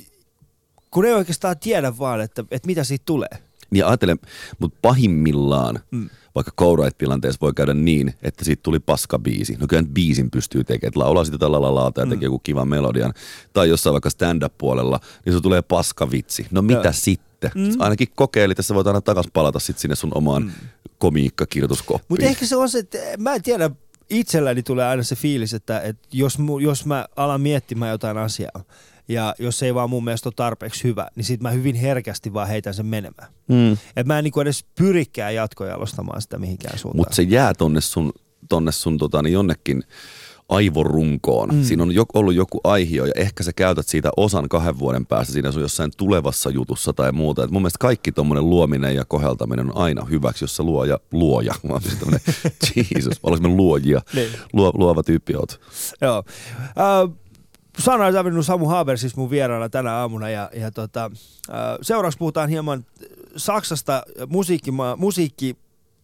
kun ei oikeastaan tiedä vaan, että, että mitä siitä tulee. Ja ajattelen, mutta pahimmillaan, mm. vaikka co-write-tilanteessa voi käydä niin, että siitä tuli paskabiisi. No kyllä nyt biisin pystyy tekemään, että laulaa sitä tällä laata ja tekee mm. joku kivan melodian. Tai jossain vaikka stand-up-puolella, niin se tulee paskavitsi. No mitä ja. sitten? Mm. Ainakin kokeili, tässä voit aina takas palata sit sinne sun omaan mm. komiikkakirjoituskoppiin. Mutta ehkä se on se, että mä en tiedä, itselläni tulee aina se fiilis, että, että jos, jos mä alan miettimään jotain asiaa, ja jos se ei vaan mun mielestä ole tarpeeksi hyvä, niin sit mä hyvin herkästi vaan heitän sen menemään. Mm. Että mä en niinku edes pyrikään jatkojalostamaan sitä mihinkään suuntaan. Mutta se jää tonne sun, tonne sun tota, niin jonnekin aivorunkoon. Mm. Siinä on jo, ollut joku aihio ja ehkä sä käytät siitä osan kahden vuoden päästä siinä sun jossain tulevassa jutussa tai muuta. Et mun mielestä kaikki tommonen luominen ja koheltaminen on aina hyväksi, jos sä luoja, luoja. Mä oon siis tämmönen, Jesus, olis me luojia. Luo, luova tyyppi oot. Joo. Uh, Sanna Sävinun Samu Haber siis mun vieraana tänä aamuna ja, ja tota, seuraavaksi puhutaan hieman Saksasta musiikkima, musiikki,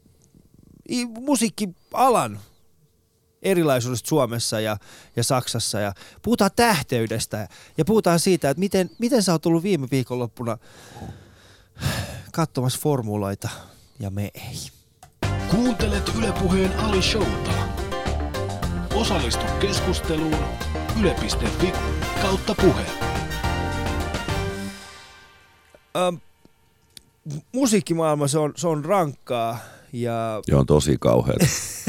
musiikkialan erilaisuudesta Suomessa ja, ja Saksassa ja puhutaan tähteydestä ja puhutaan siitä, että miten, miten sä oot tullut viime viikonloppuna katsomassa formuloita ja me ei. Kuuntelet Yle Puheen Ali Showta. Osallistu keskusteluun yle piste fi kautta puhe. Ähm, musiikkimaailma se on, se on rankkaa ja... Joo, on tosi kauheata.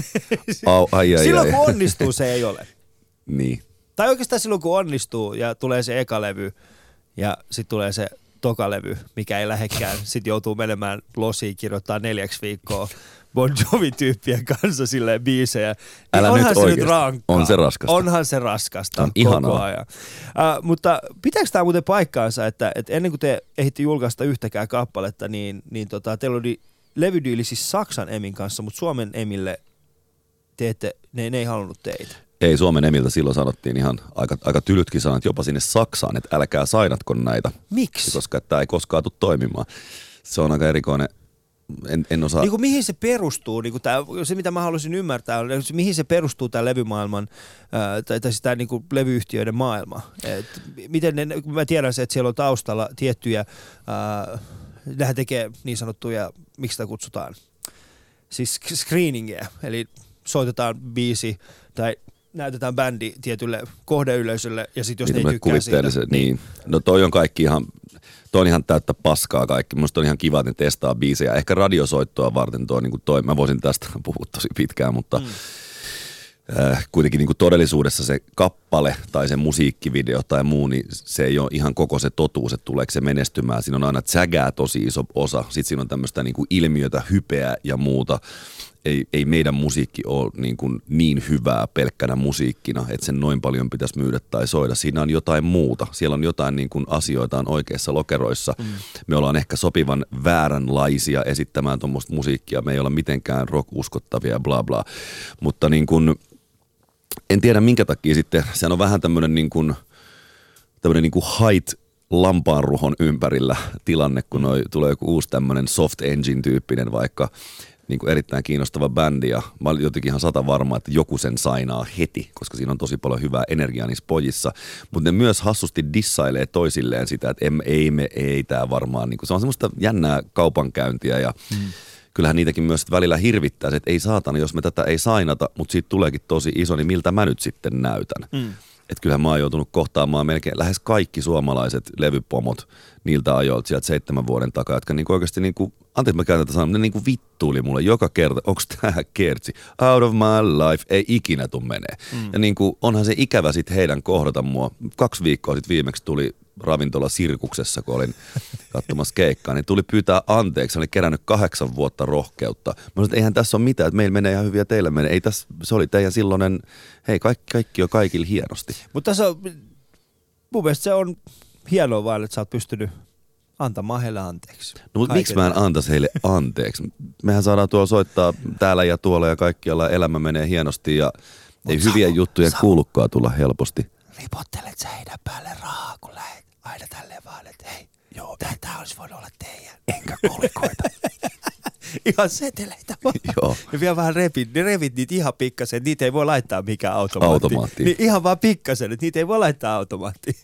Au, ai, ai, silloin ai. kun onnistuu se ei ole. Niin. Tai oikeastaan silloin kun onnistuu ja tulee se eka levy ja sitten tulee se toka levy, mikä ei lähekkään. Sitten joutuu menemään losiin, kirjoittaa neljäksi viikkoa Bon Jovi-tyyppien kanssa silleen biisejä. Älä onhan nyt se oikeasti. Nyt rankkaa. On se raskasta. Onhan se raskasta on koko ihanaa. ajan. Uh, mutta pitääkö tämä muuten paikkaansa, että, että ennen kuin te ehditte julkaista yhtäkään kappaletta, niin, niin tota, teillä oli levydiili siis Saksan Emin kanssa, mutta Suomen Emille te ette, ne, ne ei halunnut teitä. Ei, Suomen Emiltä silloin sanottiin ihan aika, aika tylytkin sanat jopa sinne Saksaan, että älkää sainatko näitä. Miksi? Koska tämä ei koskaan tule toimimaan. Se on aika erikoinen. En, en osaa. Niin kuin mihin se perustuu, niin kuin tää, se mitä mä haluaisin ymmärtää, on, mihin se perustuu tämä levymaailman, ää, tai, tai siis tämä niin kuin levyyhtiöiden maailma. Et miten ne, mä tiedän se, että siellä on taustalla tiettyjä, ää, nehän tekee niin sanottuja, miksi sitä kutsutaan, siis screeningia, eli soitetaan biisi tai näytetään bändi tietylle kohdeyleisölle ja sitten jos niin, ne ei tykkää siitä. Niin. No toi on kaikki ihan, toi on ihan täyttä paskaa kaikki. Musta on ihan kiva, että ne testaa biisejä. Ehkä radiosoittoa varten toi, niin kuin toi, mä voisin tästä puhua tosi pitkään, mutta mm. äh, kuitenkin niin kuin todellisuudessa se kappale tai se musiikkivideo tai muu, niin se ei ole ihan koko se totuus, että tuleeko se menestymään. Siinä on aina tsägää tosi iso osa. Sitten siinä on tämmöistä niin kuin ilmiötä, hypeä ja muuta. Ei, ei meidän musiikki ole niin, kuin niin hyvää pelkkänä musiikkina, että sen noin paljon pitäisi myydä tai soida. Siinä on jotain muuta. Siellä on jotain niin kuin asioita on oikeissa lokeroissa. Mm. Me ollaan ehkä sopivan vääränlaisia esittämään tuommoista musiikkia. Me ei olla mitenkään rock-uskottavia ja bla bla. Mutta niin kuin, en tiedä minkä takia sitten. Se on vähän tämmöinen niin kuin, tämmöinen niin kuin height lampaanruhon ympärillä tilanne, kun noi, tulee joku uusi tämmöinen soft engine-tyyppinen vaikka niin kuin erittäin kiinnostava bändi ja mä olin jotenkin ihan sata varma, että joku sen sainaa heti, koska siinä on tosi paljon hyvää energiaa niissä pojissa, mutta ne myös hassusti dissailee toisilleen sitä, että em, ei me, ei tää varmaan, niin kuin, se on semmoista jännää kaupankäyntiä ja mm. kyllähän niitäkin myös välillä hirvittää, että ei saatana, jos me tätä ei sainata, mutta siitä tuleekin tosi iso, niin miltä mä nyt sitten näytän. Mm. Että kyllähän mä oon joutunut kohtaamaan melkein lähes kaikki suomalaiset levypomot niiltä ajoilta sieltä seitsemän vuoden takaa, jotka niinku oikeasti, niinku, anteeksi mä käytän tätä sanaa, ne niinku vittuili mulle joka kerta, onks tää kertsi, out of my life, ei ikinä tuu menee. Mm. Ja niinku, onhan se ikävä sit heidän kohdata mua. Kaksi viikkoa sitten viimeksi tuli ravintola Sirkuksessa, kun olin katsomassa keikkaa, niin tuli pyytää anteeksi. Oli kerännyt kahdeksan vuotta rohkeutta. Mä sanoin, että eihän tässä ole mitään, että meillä menee ihan hyvin ja teillä menee. Ei tässä, se oli teidän silloinen, hei kaikki, kaikki on kaikille hienosti. Mutta tässä on, mun mielestä se on hienoa vaan, että sä oot pystynyt antamaan heille anteeksi. No mutta miksi mä en antaisi heille anteeksi? Mehän saadaan tuolla soittaa täällä ja tuolla ja kaikkialla elämä menee hienosti ja Mut ei hyviä Samu, juttuja Samu. kuulukaan tulla helposti. Ripottelet sä heidän päälle rahaa, kun lähet aina tälleen vaan, että hei, joo, tää, tää olisi voinut olla teidän. Enkä kolikoita. Ihan seteleitä vaan. Joo. Ja vielä vähän revit, ne revit niitä ihan pikkasen, niitä ei voi laittaa mikään automaatti. Automaatti. Niin ihan vaan pikkasen, että niitä ei voi laittaa automaattiin.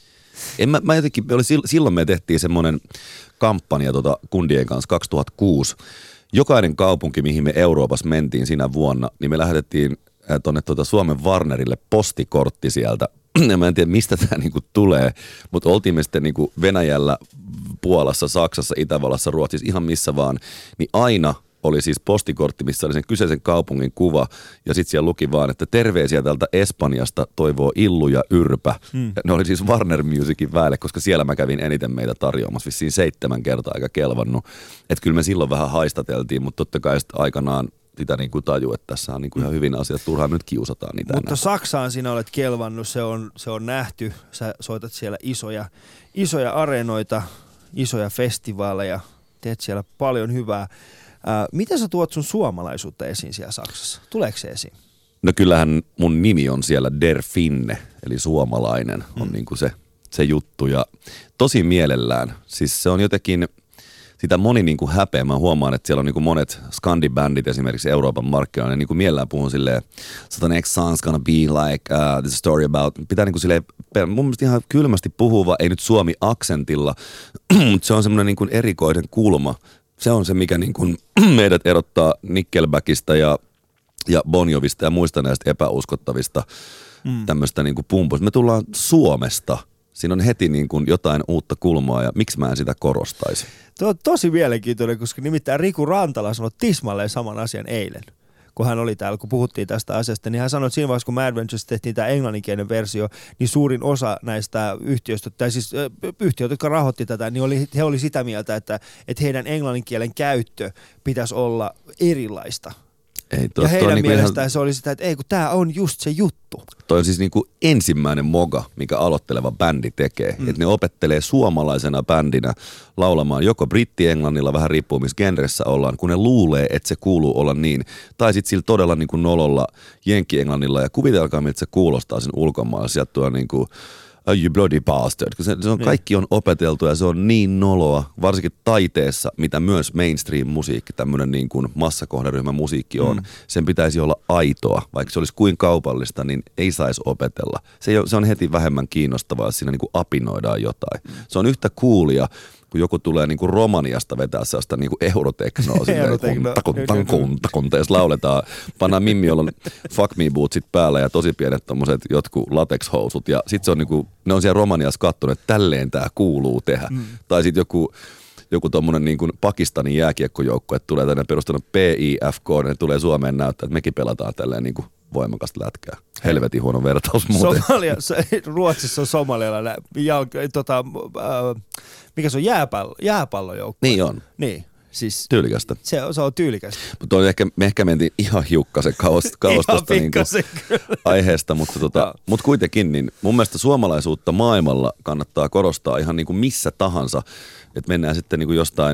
En mä, mä jotenkin, oli, silloin me tehtiin semmoinen kampanja tota kundien kanssa kaksituhattakuusi. Jokainen kaupunki, mihin me Euroopassa mentiin sinä vuonna, niin me lähetettiin tuonne tuota Suomen Warnerille postikortti sieltä. Ja mä en tiedä, mistä tämä niinku tulee, mutta oltiin me sitten niinku Venäjällä, Puolassa, Saksassa, Itävallassa, Ruotsissa, ihan missä vaan, niin aina oli siis postikortti, missä oli sen kyseisen kaupungin kuva, ja sitten siellä luki vaan, että terveisiä täältä Espanjasta toivoo Illu ja Yrpä. Hmm. Ne oli siis Warner Musicin väelle, koska siellä mä kävin eniten meitä tarjoamassa, vissiin seitsemän kertaa aika kelvannut. Että kyllä me silloin vähän haistateltiin, mutta totta kai sitten aikanaan sitä niin kuin taju, että tässä on niin kuin ihan hyvin asiat, turhaan nyt kiusataan niitä. Mutta enää. Saksaan sinä olet kelvannut, se on, se on nähty, sä soitat siellä isoja, isoja areenoita, isoja festivaaleja, teet siellä paljon hyvää. Ää, miten sä tuot sun suomalaisuutta esiin siellä Saksassa? Tuleeko se esiin? No kyllähän mun nimi on siellä Der Finne, eli suomalainen on mm. niin kuin se, se juttu ja tosi mielellään. Siis se on jotenkin, sitä moni niin kuin häpeä. Mä huomaan, että siellä on niin kuin monet skandibändit esimerkiksi Euroopan markkinoilla, ne niin kuin mielellään puhuu silleen, so the next song's gonna be like uh, this story about, pitää niin kuin silleen, mun mielestä ihan kylmästi puhuva, ei nyt suomi-aksentilla, mutta se on semmoinen niin kuin erikoinen kulma. Se on se, mikä niin kuin meidät erottaa Nickelbackista ja, ja Bon Jovista ja muista näistä epäuskottavista mm. tämmöistä niin kuin pumpuista. Me tullaan Suomesta. Siinä on heti niin kuin jotain uutta kulmaa ja miksi mä en sitä korostaisi? Tuo on tosi mielenkiintoinen, koska nimittäin Riku Rantala sanoi tismalleen saman asian eilen, kun hän oli täällä, kun puhuttiin tästä asiasta, niin hän sanoi, että siinä vaiheessa, kun Mad Ventures tehtiin tämä englanninkielinen versio, niin suurin osa näistä yhtiöistä, tai siis yhtiöitä, jotka rahoitti tätä, niin oli, he oli sitä mieltä, että, että heidän englanninkielen käyttö pitäisi olla erilaista. Ei, to, ja heidän niinku mielestään ihan, se oli sitä, että ei kun tämä on just se juttu. Toi on siis niinku ensimmäinen moga, mikä aloitteleva bändi tekee. Mm. Että ne opettelee suomalaisena bändinä laulamaan joko britti-englannilla, vähän riippuu missä genressä ollaan, kun ne luulee, että se kuuluu olla niin. Tai sitten sillä todella niinku nololla jenkki-englannilla ja kuvitelkaa, miltä se kuulostaa sen ulkomailla. Sieltä tuo niinku oh, you bloody bastard. Se, se on, kaikki on opeteltu ja se on niin noloa, varsinkin taiteessa, mitä myös mainstream-musiikki, tämmöinen niin kuin massakohderyhmän musiikki on. Mm. Sen pitäisi olla aitoa, vaikka se olisi kuin kaupallista, niin ei saisi opetella. Se, ei, se on heti vähemmän kiinnostavaa, jos siinä niin kuin apinoidaan jotain. Mm. Se on yhtä coolia, kun joku tulee niinku Romaniasta vetää sellaista niinku euroteknoa, silleen kunta, kunta, kunta, jos lauletaan, pannaan Mimmi, jolla on fuck me bootsit päällä ja tosi pienet tommoset jotkut latex-housut ja sit se on niinku, ne on siellä Romaniassa kattonut, että tälleen tää kuuluu tehdä. Mm. Tai sit joku, joku tommonen niinku Pakistanin jääkiekkojoukko, että tulee tänne perustanut P I F K, ne tulee Suomeen näyttää, että mekin pelataan tälleen niinku voimakasta lätkää. Helvetin huono vertaus muuten. Somalia, Ruotsissa on somalialainen jalka, tota, äh, mikä se on, jääpallo, jääpallojoukko. Niin on. Niin, siis tyylikästä. Se, se on tyylikästä. Mutta ehkä, me ehkä mentiin ihan hiukkasen kauas, kauas tuosta niinku aiheesta, mutta tota, mut kuitenkin niin mun mielestä suomalaisuutta maailmalla kannattaa korostaa ihan niinku missä tahansa, että mennään sitten niinku jostain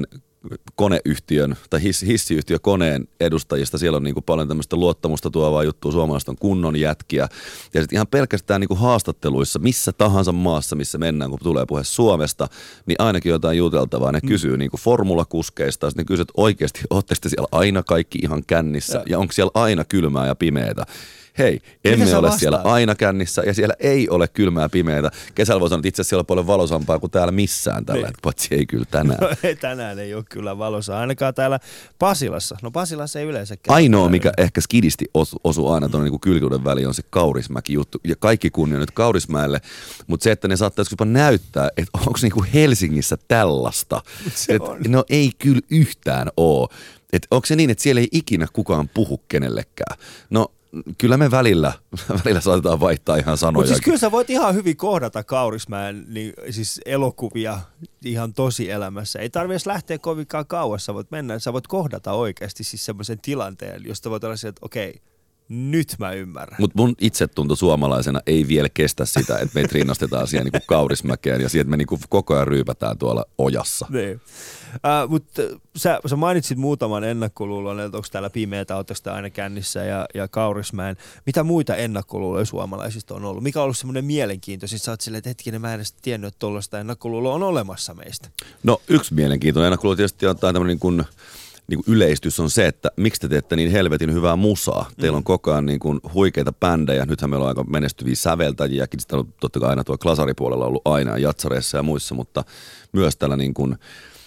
koneyhtiön tai hiss, hissiyhtiö koneen edustajista. Siellä on niin kuin paljon tämmöistä luottamusta tuovaa juttua, suomalaiset on kunnon jätkiä. Ja sitten ihan pelkästään niin kuin haastatteluissa, missä tahansa maassa, missä mennään, kun tulee puhe Suomesta, niin ainakin jotain juteltavaa. Ne mm. kysyy niin kuin formulakuskeista, ne kysyy, että oikeasti ootteko te siellä aina kaikki ihan kännissä ja, ja onko siellä aina kylmää ja pimeätä. Hei, emme ole vastaan? Siellä aina kännissä ja siellä ei ole kylmää ja pimeätä. Kesällä voi sanoa, että itse asiassa siellä on paljon valosampaa kuin täällä missään tällä hetkellä, paitsi ei kyllä tänään. No, ei, tänään ei ole kyllä valosaa, ainakaan täällä Pasilassa. No Pasilassa ei yleensä. Ainoa, mikä ehkä skidisti osu, osuu aina tuonne niin kylkyyden väliin, on se Kaurismäki juttu. Ja kaikki kunnia nyt Kaurismäelle, mutta se, että ne saattaisi jopa näyttää, että onko niinku Helsingissä tällaista. Et, no ei kyllä yhtään ole. Että onko se niin, että siellä ei ikinä kukaan puhu kenellekään? No kyllä me välillä, välillä saatetaan vaihtaa ihan sanoja. Mutta siis kyllä sä voit ihan hyvin kohdata Kaurismäen niin, siis elokuvia ihan tosielämässä. Ei tarvitse lähteä kovinkaan kauas, sä voit mennä, sä voit kohdata oikeasti siis semmoisen tilanteen, josta voit olla se, että okei, nyt mä ymmärrän. Mutta mun itsetunto suomalaisena ei vielä kestä sitä, että meitä rinnastetaan siihen niinku Kaurismäkeen ja siihen, että me niinku koko ajan ryypätään tuolla ojassa. Niin. Uh, mutta sä, sä mainitsit muutaman ennakkoluulon, että onko täällä pimeätä, ootteko tää aina kännissä ja, ja Kaurismäen. Mitä muita ennakkoluuloja suomalaisista on ollut? Mikä on ollut semmoinen mielenkiintoisin? Sä oot silleen, että hetkinen, mä en edes tiennyt, että tuollaista ennakkoluuloa on olemassa meistä. No yksi mielenkiintoinen ennakkoluulo tietysti on tämmöinen niin kuin niin kuin yleistys on se, että miksi te teette niin helvetin hyvää musaa. Teillä on koko ajan niin kuin huikeita bändejä. Nythän meillä on aika menestyviä säveltäjiäkin. Sitä on totta kai aina tuolla klasaripuolella ollut aina jatsareissa ja muissa, mutta myös tällä niin kuin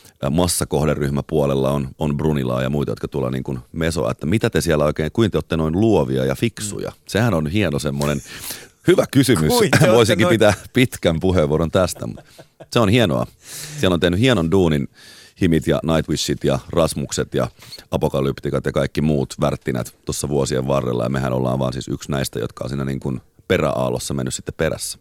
massakohderyhmäpuolella on, on Brunilaa ja muita, jotka tuolla niin kuin mesoa. Että mitä te siellä oikein, kuin te olette noin luovia ja fiksuja? Sehän on hieno semmoinen hyvä kysymys. Voisinkin noin pitää pitkän puheenvuoron tästä, mutta se on hienoa. Siellä on tehnyt hienon duunin Himit ja Nightwishit ja Rasmukset ja Apokalyptikat ja kaikki muut värttinät tuossa vuosien varrella. Ja mehän ollaan vaan siis yksi näistä, jotka on siinä niin kuin peräaallossa mennyt sitten perässä.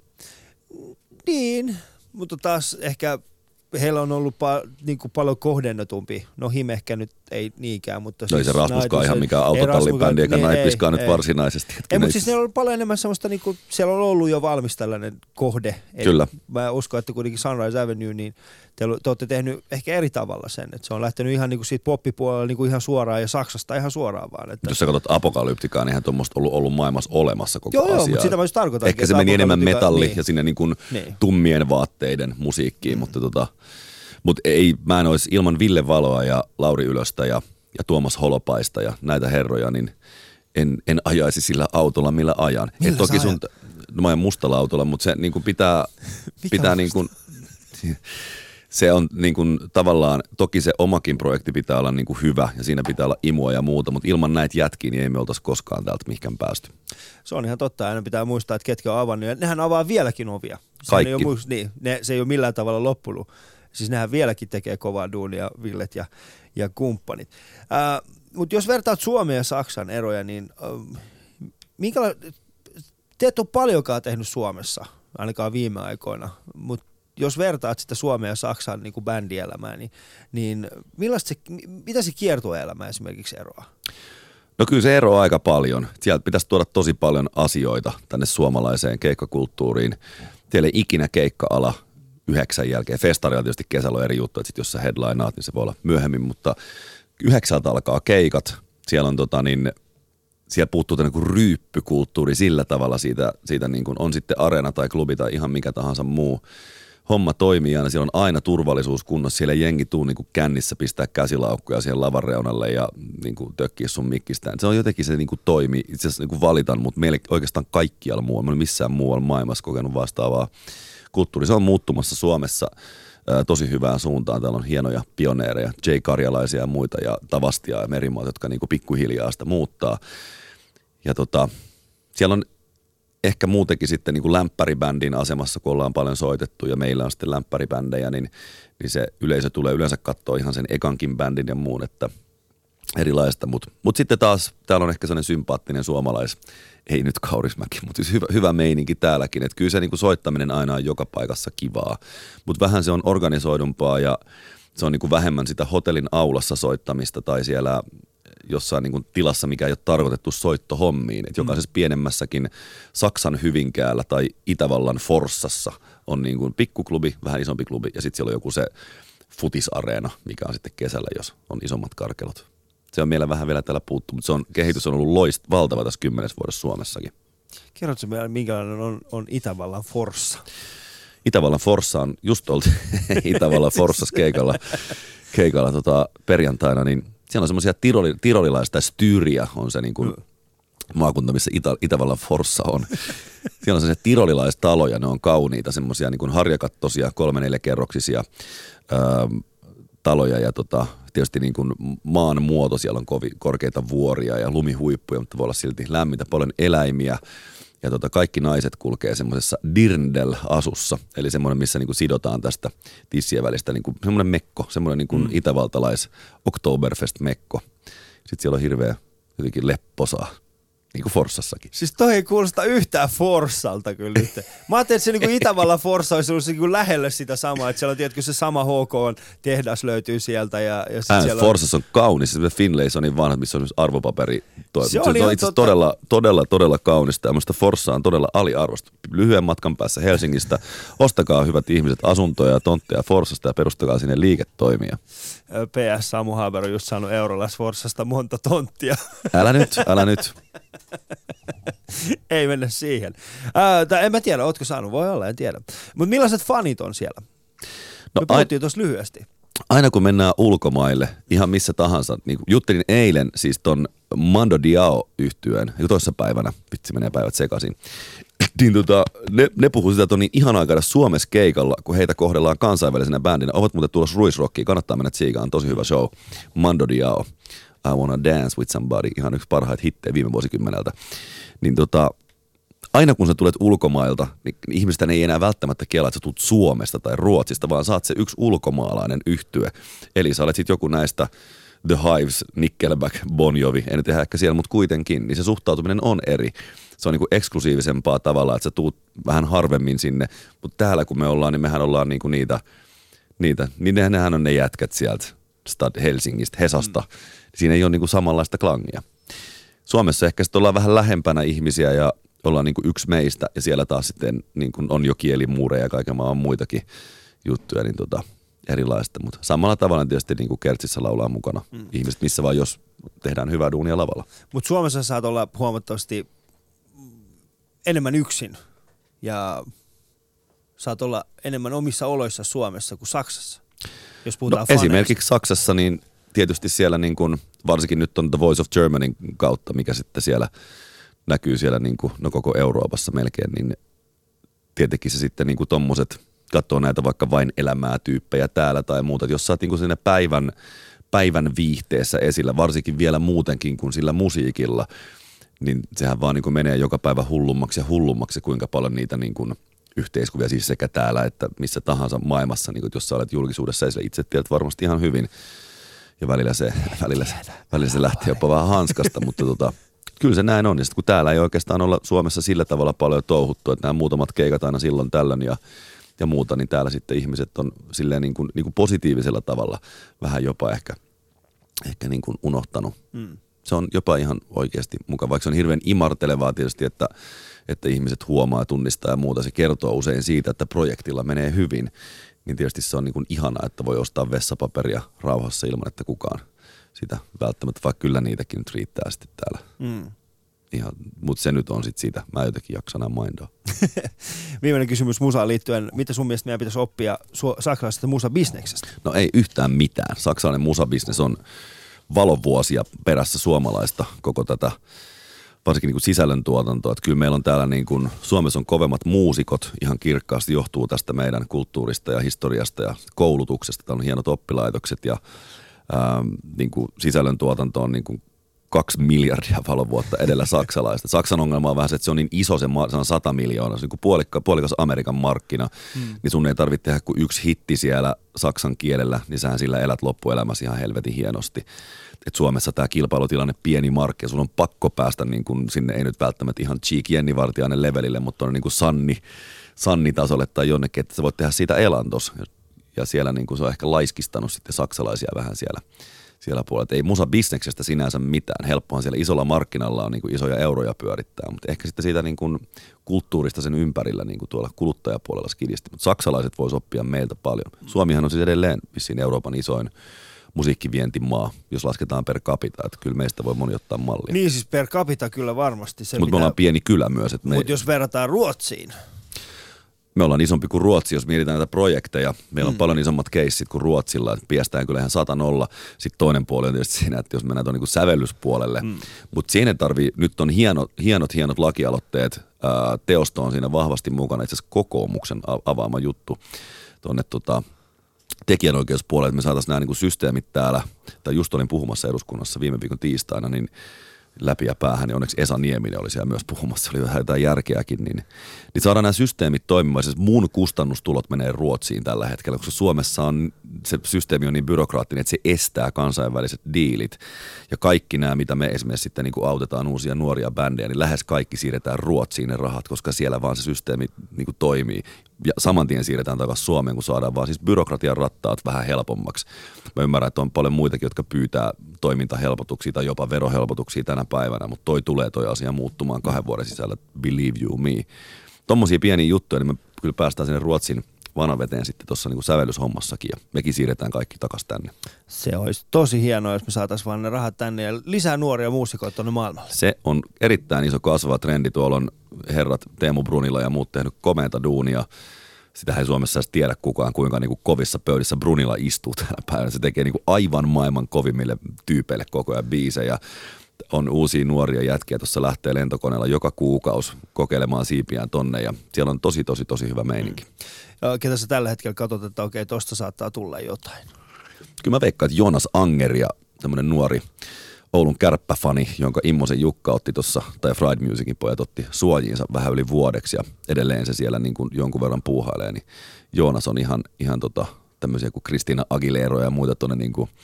Niin, mutta taas ehkä heillä on ollut pa- niin kuin paljon kohdennetumpi. No Him ehkä nyt ei niinkään, mutta no siis ei se Rasmuskaan ihan mikään autotallibändi eikä niin, Nightwishkaan nyt ei varsinaisesti. Ei, mutta siis ne on paljon enemmän semmoista, niin kuin, siellä on ollut jo valmis tällainen kohde. Kyllä. Eli mä uskon, että kuitenkin Sunrise Avenue, niin te, te olette tehnyt ehkä eri tavalla sen. Että se on lähtenyt ihan niin kuin siitä poppipuolella niin kuin ihan suoraan ja Saksasta ihan suoraan vaan. Että jos sä katsot Apokalyptikaa, niin eihän tuommoista ollut, ollut maailmassa olemassa koko joo, asiaa. Joo, mutta sitä mä just tarkoitan. Ehkä se meni enemmän metalli niin ja sinne niin kuin niin tummien vaatteiden musiikkiin, mm. mutta tota Mutta ei, mä en olisi ilman Ville Valoa ja Lauri Ylöstä ja, ja Tuomas Holopaista ja näitä herroja, niin en, en ajaisi sillä autolla, millä ajan. Et toki sun, no mä ajan mustalla autolla, mutta se niin kuin pitää, pitää niin kuin, se on niin kuin tavallaan, toki se omakin projekti pitää olla niin kuin hyvä ja siinä pitää olla imua ja muuta, mutta ilman näitä jätkiä niin ei me oltaisi koskaan täältä mihinkään päästy. Se on ihan totta, aina pitää muistaa, että ketkä on avannut ja nehän avaa vieläkin ovia. Se kaikki. Ei ole, niin, ne, se ei ole millään tavalla loppunut. Siis nehän vieläkin tekee kovaa duunia, Villet ja, ja kumppanit. Äh, mutta jos vertaat Suomen ja Saksan eroja, niin äh, minkäla- te et ole paljonkaan tehnyt Suomessa, ainakaan viime aikoina, mutta jos vertaat sitä Suomen ja Saksan niin kuin bändielämää, niin, niin millaista se, mitä se kiertueelämä esimerkiksi eroaa? No kyllä se eroaa aika paljon. Sieltä pitäisi tuoda tosi paljon asioita tänne suomalaiseen keikkakulttuuriin. Teillä ei ikinä keikka-ala yhdeksän jälkeen. Festarilla tietysti kesällä on eri juttu, että sit jos sä headlineaat, niin se voi olla myöhemmin, mutta yhdeksältä alkaa keikat. Siellä on tota niin, siellä puuttuu tämmöinen kuin ryyppykulttuuri sillä tavalla siitä, siitä niin kuin on sitten areena tai klubi tai ihan mikä tahansa muu. Homma toimii aina, siellä on aina turvallisuus kunnossa, siellä ei jengi tuu niin kuin kännissä pistää käsilaukkuja siihen lavan reunalle ja niin kuin tökkiä sun mikkistään. Se on jotenkin se niin kuin toimii, itse asiassa niin kuin valitan, mutta meillä oikeastaan kaikkialla muualla, mä olen missään muualla maailmassa kokenut vastaavaa kulttuuri. Se on muuttumassa Suomessa ää, tosi hyvään suuntaan. Täällä on hienoja pioneereja, J. Karjalaisia ja muita ja Tavastia ja Merimaat, jotka niin kuin pikkuhiljaa sitä muuttaa. Ja tota, siellä on ehkä muutenkin sitten niin kuin lämpäribändin asemassa, kun ollaan paljon soitettu ja meillä on sitten lämpäribändejä, niin, niin se yleisö tulee yleensä katsoa ihan sen ekankin bändin ja muun, että erilaista. Mutta mut sitten taas täällä on ehkä sellainen sympaattinen suomalais, ei nyt Kaurismäki, mutta siis hyvä, hyvä meininki täälläkin. Että kyllä se niin kuin soittaminen aina on joka paikassa kivaa, mutta vähän se on organisoidumpaa ja se on niin kuin vähemmän sitä hotellin aulassa soittamista tai siellä jossain niin kuin tilassa, mikä ei ole tarkoitettu soittohommiin. Että jokaisessa pienemmässäkin Saksan Hyvinkäällä tai Itävallan Forssassa on niin kuin pikkuklubi, vähän isompi klubi ja sitten siellä on joku se futisareena, mikä on sitten kesällä, jos on isommat karkelot. Se on meillä vähän vielä täällä puuttu, mutta se on, kehitys on ollut loist, valtava tässä kymmenes vuodessa Suomessakin. Kerrotko vielä, minkälainen on, on Itävallan Forssa? Itävallan Forssa on just oltu Itävallan Forssassa keikalla, keikalla tota, perjantaina, niin siellä on semmoisia tiroli, tirolilaista, Styria on se niin kuin maakunta, missä Itä, Itävallan Forssa on. Siellä on semmoisia tirolilaistaloja, ne on kauniita, semmoisia niin kuin harjakattoisia, kolme neljä kerroksisia öö, taloja ja tota, tietysti niin kuin maan muoto, siellä on kovi, korkeita vuoria ja lumihuippuja, mutta voi olla silti lämmintä, paljon eläimiä. Ja tota, kaikki naiset kulkee semmoisessa dirndl-asussa, eli semmoinen, missä niinku sidotaan tästä tissien välistä, niinku, semmoinen mekko, semmoinen niinku mm. itävaltalais Oktoberfest-mekko. Sitten siellä on hirveä jotenkin lepposaa, niin kuin Forssassakin. Siis toi ei kuulosta yhtään Forssalta kyllä nyt. Mä ajattelin, että se niinku Itävallan Forssa olisi ollut niinku lähelle sitä samaa, että siellä on tietysti se sama H K-tehdas löytyy sieltä. Ja, ja sit Ää, siellä Forssassa on, on kaunis, se Finlaysonin vanha, missä on arvopaperi. Toi, se, se on itse asiassa todella, todella, todella kaunista ja minusta Forssa on todella aliarvosta. Lyhyen matkan päässä Helsingistä, ostakaa hyvät ihmiset asuntoja ja tontteja Forssasta ja perustakaa sinne liiketoimia. P S. Samu Haber on just saanut Eurolas Forssasta monta tonttia. Älä nyt, älä nyt. Ei mennä siihen. Ää, tai en mä tiedä, ootko saanut, voi olla, en tiedä. Mutta millaiset fanit on siellä? No, Me puhuttiin tuossa lyhyesti. Aina kun mennään ulkomaille, ihan missä tahansa, niin juttelin eilen siis ton Mando Diao-yhtyeen, ja toissa päivänä, vitsi menee päivät sekaisin, niin tota, ne, ne puhuu sitä, että on niin ihanaa käydä Suomessa keikalla, kun heitä kohdellaan kansainvälisenä bändinä. Ovat muuten tulossa Ruisrockiin, kannattaa mennä tsiikaan, tosi hyvä show. Mando Diao, I Wanna Dance With Somebody, ihan yksi parhaita hittejä viime vuosikymmeneltä. Niin tota, aina kun sä tulet ulkomailta, niin ihmistä ei enää välttämättä kelaa, että sä tulet Suomesta tai Ruotsista, vaan saat se yksi ulkomaalainen yhtye. Eli sä olet sitten joku näistä The Hives, Nickelback, Bon Jovi, ei nyt tehdä ehkä siellä, mutta kuitenkin, niin se suhtautuminen on eri. Se on niinku eksklusiivisempaa tavalla, että sä tuut vähän harvemmin sinne, mutta täällä kun me ollaan, niin mehän ollaan niinku niitä, niitä, niin nehän on ne jätkät sieltä Stad Helsingistä, Hesasta. Mm. Siinä ei ole niinku samanlaista klangia. Suomessa ehkä sitten ollaan vähän lähempänä ihmisiä ja ollaan niinku yksi meistä ja siellä taas sitten niinku on jo kielimuureja ja kaiken maan muitakin juttuja, niin tota, erilaista. Mutta samalla tavalla tietysti niinku Kertsissä laulaa mukana mm. ihmiset, missä vaan jos tehdään hyvää duunia lavalla. Mutta Suomessa saat olla huomattavasti enemmän yksin ja saat olla enemmän omissa oloissa Suomessa kuin Saksassa, jos puhutaan no, esimerkiksi Saksassa, niin tietysti siellä niin kuin, varsinkin nyt on The Voice of Germanyn kautta, mikä sitten siellä näkyy siellä niin kuin, no koko Euroopassa melkein, niin tietenkin se sitten niin kuin tommoset, katsoo näitä vaikka vain elämää tyyppejä täällä tai muuta, että jos sä oot niin kuin siinä päivän, päivän viihteessä esillä, varsinkin vielä muutenkin kuin sillä musiikilla, niin sehän vaan niin kuin menee joka päivä hullummaksi ja hullummaksi, kuinka paljon niitä niin kuin yhteiskuvia siis sekä täällä että missä tahansa maailmassa, niin kuin, jos sä olet julkisuudessa esillä, itse tiedät varmasti ihan hyvin. Ja välillä se, välillä, se, välillä se lähtee jopa vähän hanskasta, mutta tota, kyllä se näin on. Ja sitten kun täällä ei oikeastaan olla Suomessa sillä tavalla paljon touhuttu, että nämä muutamat keikat aina silloin tällöin ja, ja muuta, niin täällä sitten ihmiset on silleen niin kuin, niin kuin positiivisella tavalla vähän jopa ehkä, ehkä niin kuin unohtanut. Mm. Se on jopa ihan oikeasti mukava, vaikka se on hirveän imartelevaa tietysti, että, että ihmiset huomaa, tunnistaa ja muuta. Se kertoo usein siitä, että projektilla menee hyvin. Niin tietysti se on niin kuin ihanaa, että voi ostaa vessapaperia rauhassa ilman, että kukaan sitä välttämättä, vaikka kyllä niitäkin nyt riittää sitten täällä. Mm. Ihan, mutta se nyt on sitten siitä, mä jotenkin jaksan enää maindaa. Viimeinen kysymys musaan liittyen, mitä sun mielestä meidän pitäisi oppia su- saksalaisesta musabisneksestä? No ei yhtään mitään. Saksalainen musabisnes on valovuosia perässä suomalaista koko tätä, varsinkin niin kuin sisällöntuotantoa. Että kyllä meillä on täällä niin kuin, Suomessa on kovemmat muusikot, ihan kirkkaasti johtuu tästä meidän kulttuurista ja historiasta ja koulutuksesta. Täällä on hienot oppilaitokset ja ää, niin kuin sisällöntuotanto on niin kuin kaksi miljardia valovuotta edellä saksalaista. Saksan ongelma on vähän se, että se on niin iso, se, se on sata miljoonaa, se on niin kuin puolikka, puolikas Amerikan markkina, mm. niin sun ei tarvitse tehdä kuin yksi hitti siellä saksan kielellä, niin sähän sillä elät loppuelämässä ihan helvetin hienosti. Et Suomessa tämä kilpailutilanne pieni markki, ja sun on pakko päästä niin kuin sinne, ei nyt välttämättä ihan Cheek Jenni Vartiainen levelille, mutta on niin kuin Sanni, Sanni-tasolle tai jonnekin, että sä voit tehdä siitä elantos. Ja siellä niin kuin se on ehkä laiskistanut sitten saksalaisia vähän siellä, siellä puolella. Ei musabisneksestä sinänsä mitään. Helppohan siellä isolla markkinalla on niin kuin isoja euroja pyörittää, mutta ehkä sitten siitä niin kuin kulttuurista sen ympärillä niin kuin tuolla kuluttajapuolella skidisti. Mutta saksalaiset vois oppia meiltä paljon. Suomihan on siis edelleen vissiin Euroopan isoin musiikkivientimaa, jos lasketaan per capita, että kyllä meistä voi moni ottaa mallia. Niin siis per capita kyllä varmasti. Mutta mitä... me ollaan pieni kylä myös. Mutta me... jos verrataan Ruotsiin. Me ollaan isompi kuin Ruotsi, jos mietitään näitä projekteja. Meillä on mm. paljon isommat keissit kuin Ruotsilla, että piestään kyllä ihan sata nolla. Sitten toinen puoli on tietysti siinä, että jos mennään tuon niin kuin sävellyspuolelle. Mm. Mutta siinä tarvii, nyt on hienot, hienot, hienot lakialoitteet. Ää, teosto on siinä vahvasti mukana, itse asiassa kokoomuksen avaama juttu tuonne tota, tekijänoikeuspuolelle, että me saataisiin nämä niin kuin systeemit täällä, tai just olin puhumassa eduskunnassa viime viikon tiistaina, niin läpi ja päähän, niin onneksi Esa Nieminen oli siellä myös puhumassa, oli vähän jotain järkeäkin, niin, niin saadaan nämä systeemit toimimaan. Siis mun kustannustulot menee Ruotsiin tällä hetkellä, koska Suomessa on, se systeemi on niin byrokraattinen, että se estää kansainväliset diilit. Ja kaikki nämä, mitä me esimerkiksi sitten niin kuin autetaan uusia nuoria bändejä, niin lähes kaikki siirretään Ruotsiin ne rahat, koska siellä vaan se systeemi niin kuin toimii. Ja saman tien siirretään takaisin Suomeen, kun saadaan vaan siis byrokratian rattaat vähän helpommaksi. Mä ymmärrän, että on paljon muitakin, jotka pyytää toimintahelpotuksia tai jopa verohelpotuksia tänä päivänä, mutta toi tulee toi asia muuttumaan kahden vuoden sisällä, believe you me. Tommosia pieniä juttuja, niin me kyllä päästään sinne Ruotsin vanaveteen sitten tuossa niinku sävellyshommassakin ja mekin siirretään kaikki takaisin tänne. Se olisi tosi hienoa, jos me saataisiin vaan ne rahat tänne ja lisää nuoria muusikoita tuonne maailmalle. Se on erittäin iso kasvava trendi. Tuolla on herrat Teemu Brunila ja muut tehnyt komeata duunia. Sitä ei Suomessa edes tiedä kukaan, kuinka niinku kovissa pöydissä Brunila istuu tänä päivänä. Se tekee niinku aivan maailman kovimmille tyypeille koko ajan biisejä. On uusia nuoria jätkiä, tuossa lähtee lentokoneella joka kuukausi kokeilemaan siipiään tonne ja siellä on tosi, tosi, tosi hyvä meininki. Mm. Ketä sä tällä hetkellä katsot, että okei, tosta saattaa tulla jotain? Kyllä mä veikkaan, että Joonas Angeria, tämmönen nuori Oulun kärppäfani, jonka Immosen Jukka otti tuossa, tai Fried Musicin pojat otti suojiinsa vähän yli vuodeksi ja edelleen se siellä niin kuin jonkun verran puuhailee, niin Joonas on ihan, ihan tota, tämmöisiä kuin Christina Aguilera ja muita tuonne niin kuin,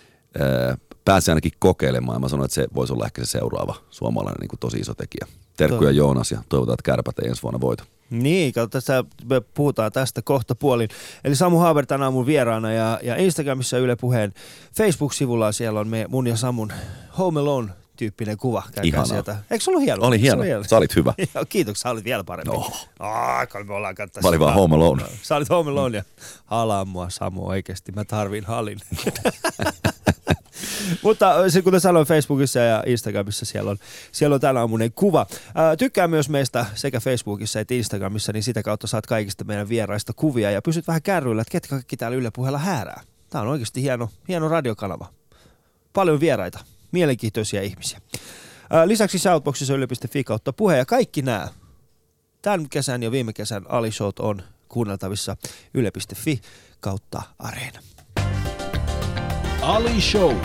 ää, pääsee ainakin kokeilemaan. Mä sanoin, että se voisi olla ehkä se seuraava suomalainen niin kuin tosi iso tekijä. Terkkuja Joonas ja toivotaan, että kärpät ei ensi vuonna voita. Niin, kato, tässä me puhutaan tästä kohta puolin. Eli Samu Haaber tänään mun vieraana ja, ja Instagramissa Yle Puheen Facebook-sivulla siellä on me, mun ja Samun Home Alone-tyyppinen kuva. Ihanaa. Sieltä. Eikö se ollut hieno? Oli hieno. Oli Sä olit hyvä. Kiitoksia, sä olit vielä parempi. No. Ah, kun me ollaan katsoa. Mä olin vaan Home Alone. Sä olit Home Alone ja halaa mua Samu oikeesti. Mä tarviin hallin. Mutta se, kuten sanoin Facebookissa ja Instagramissa, siellä on, siellä on tänä aamunen kuva. Ää, tykkää myös meistä sekä Facebookissa että Instagramissa, niin sitä kautta saat kaikista meidän vieraista kuvia ja pysyt vähän kärryillä, että ketkä kaikki täällä Yle Puheella häärää. Tää on oikeasti hieno, hieno radiokanava. Paljon vieraita, mielenkiintoisia ihmisiä. Ää, lisäksi Shoutboxissa yle piste fi kautta puhe ja kaikki nämä tämän kesän ja viime kesän Ali-showt on kuunneltavissa yle piste fi kautta Areena. Ali Show.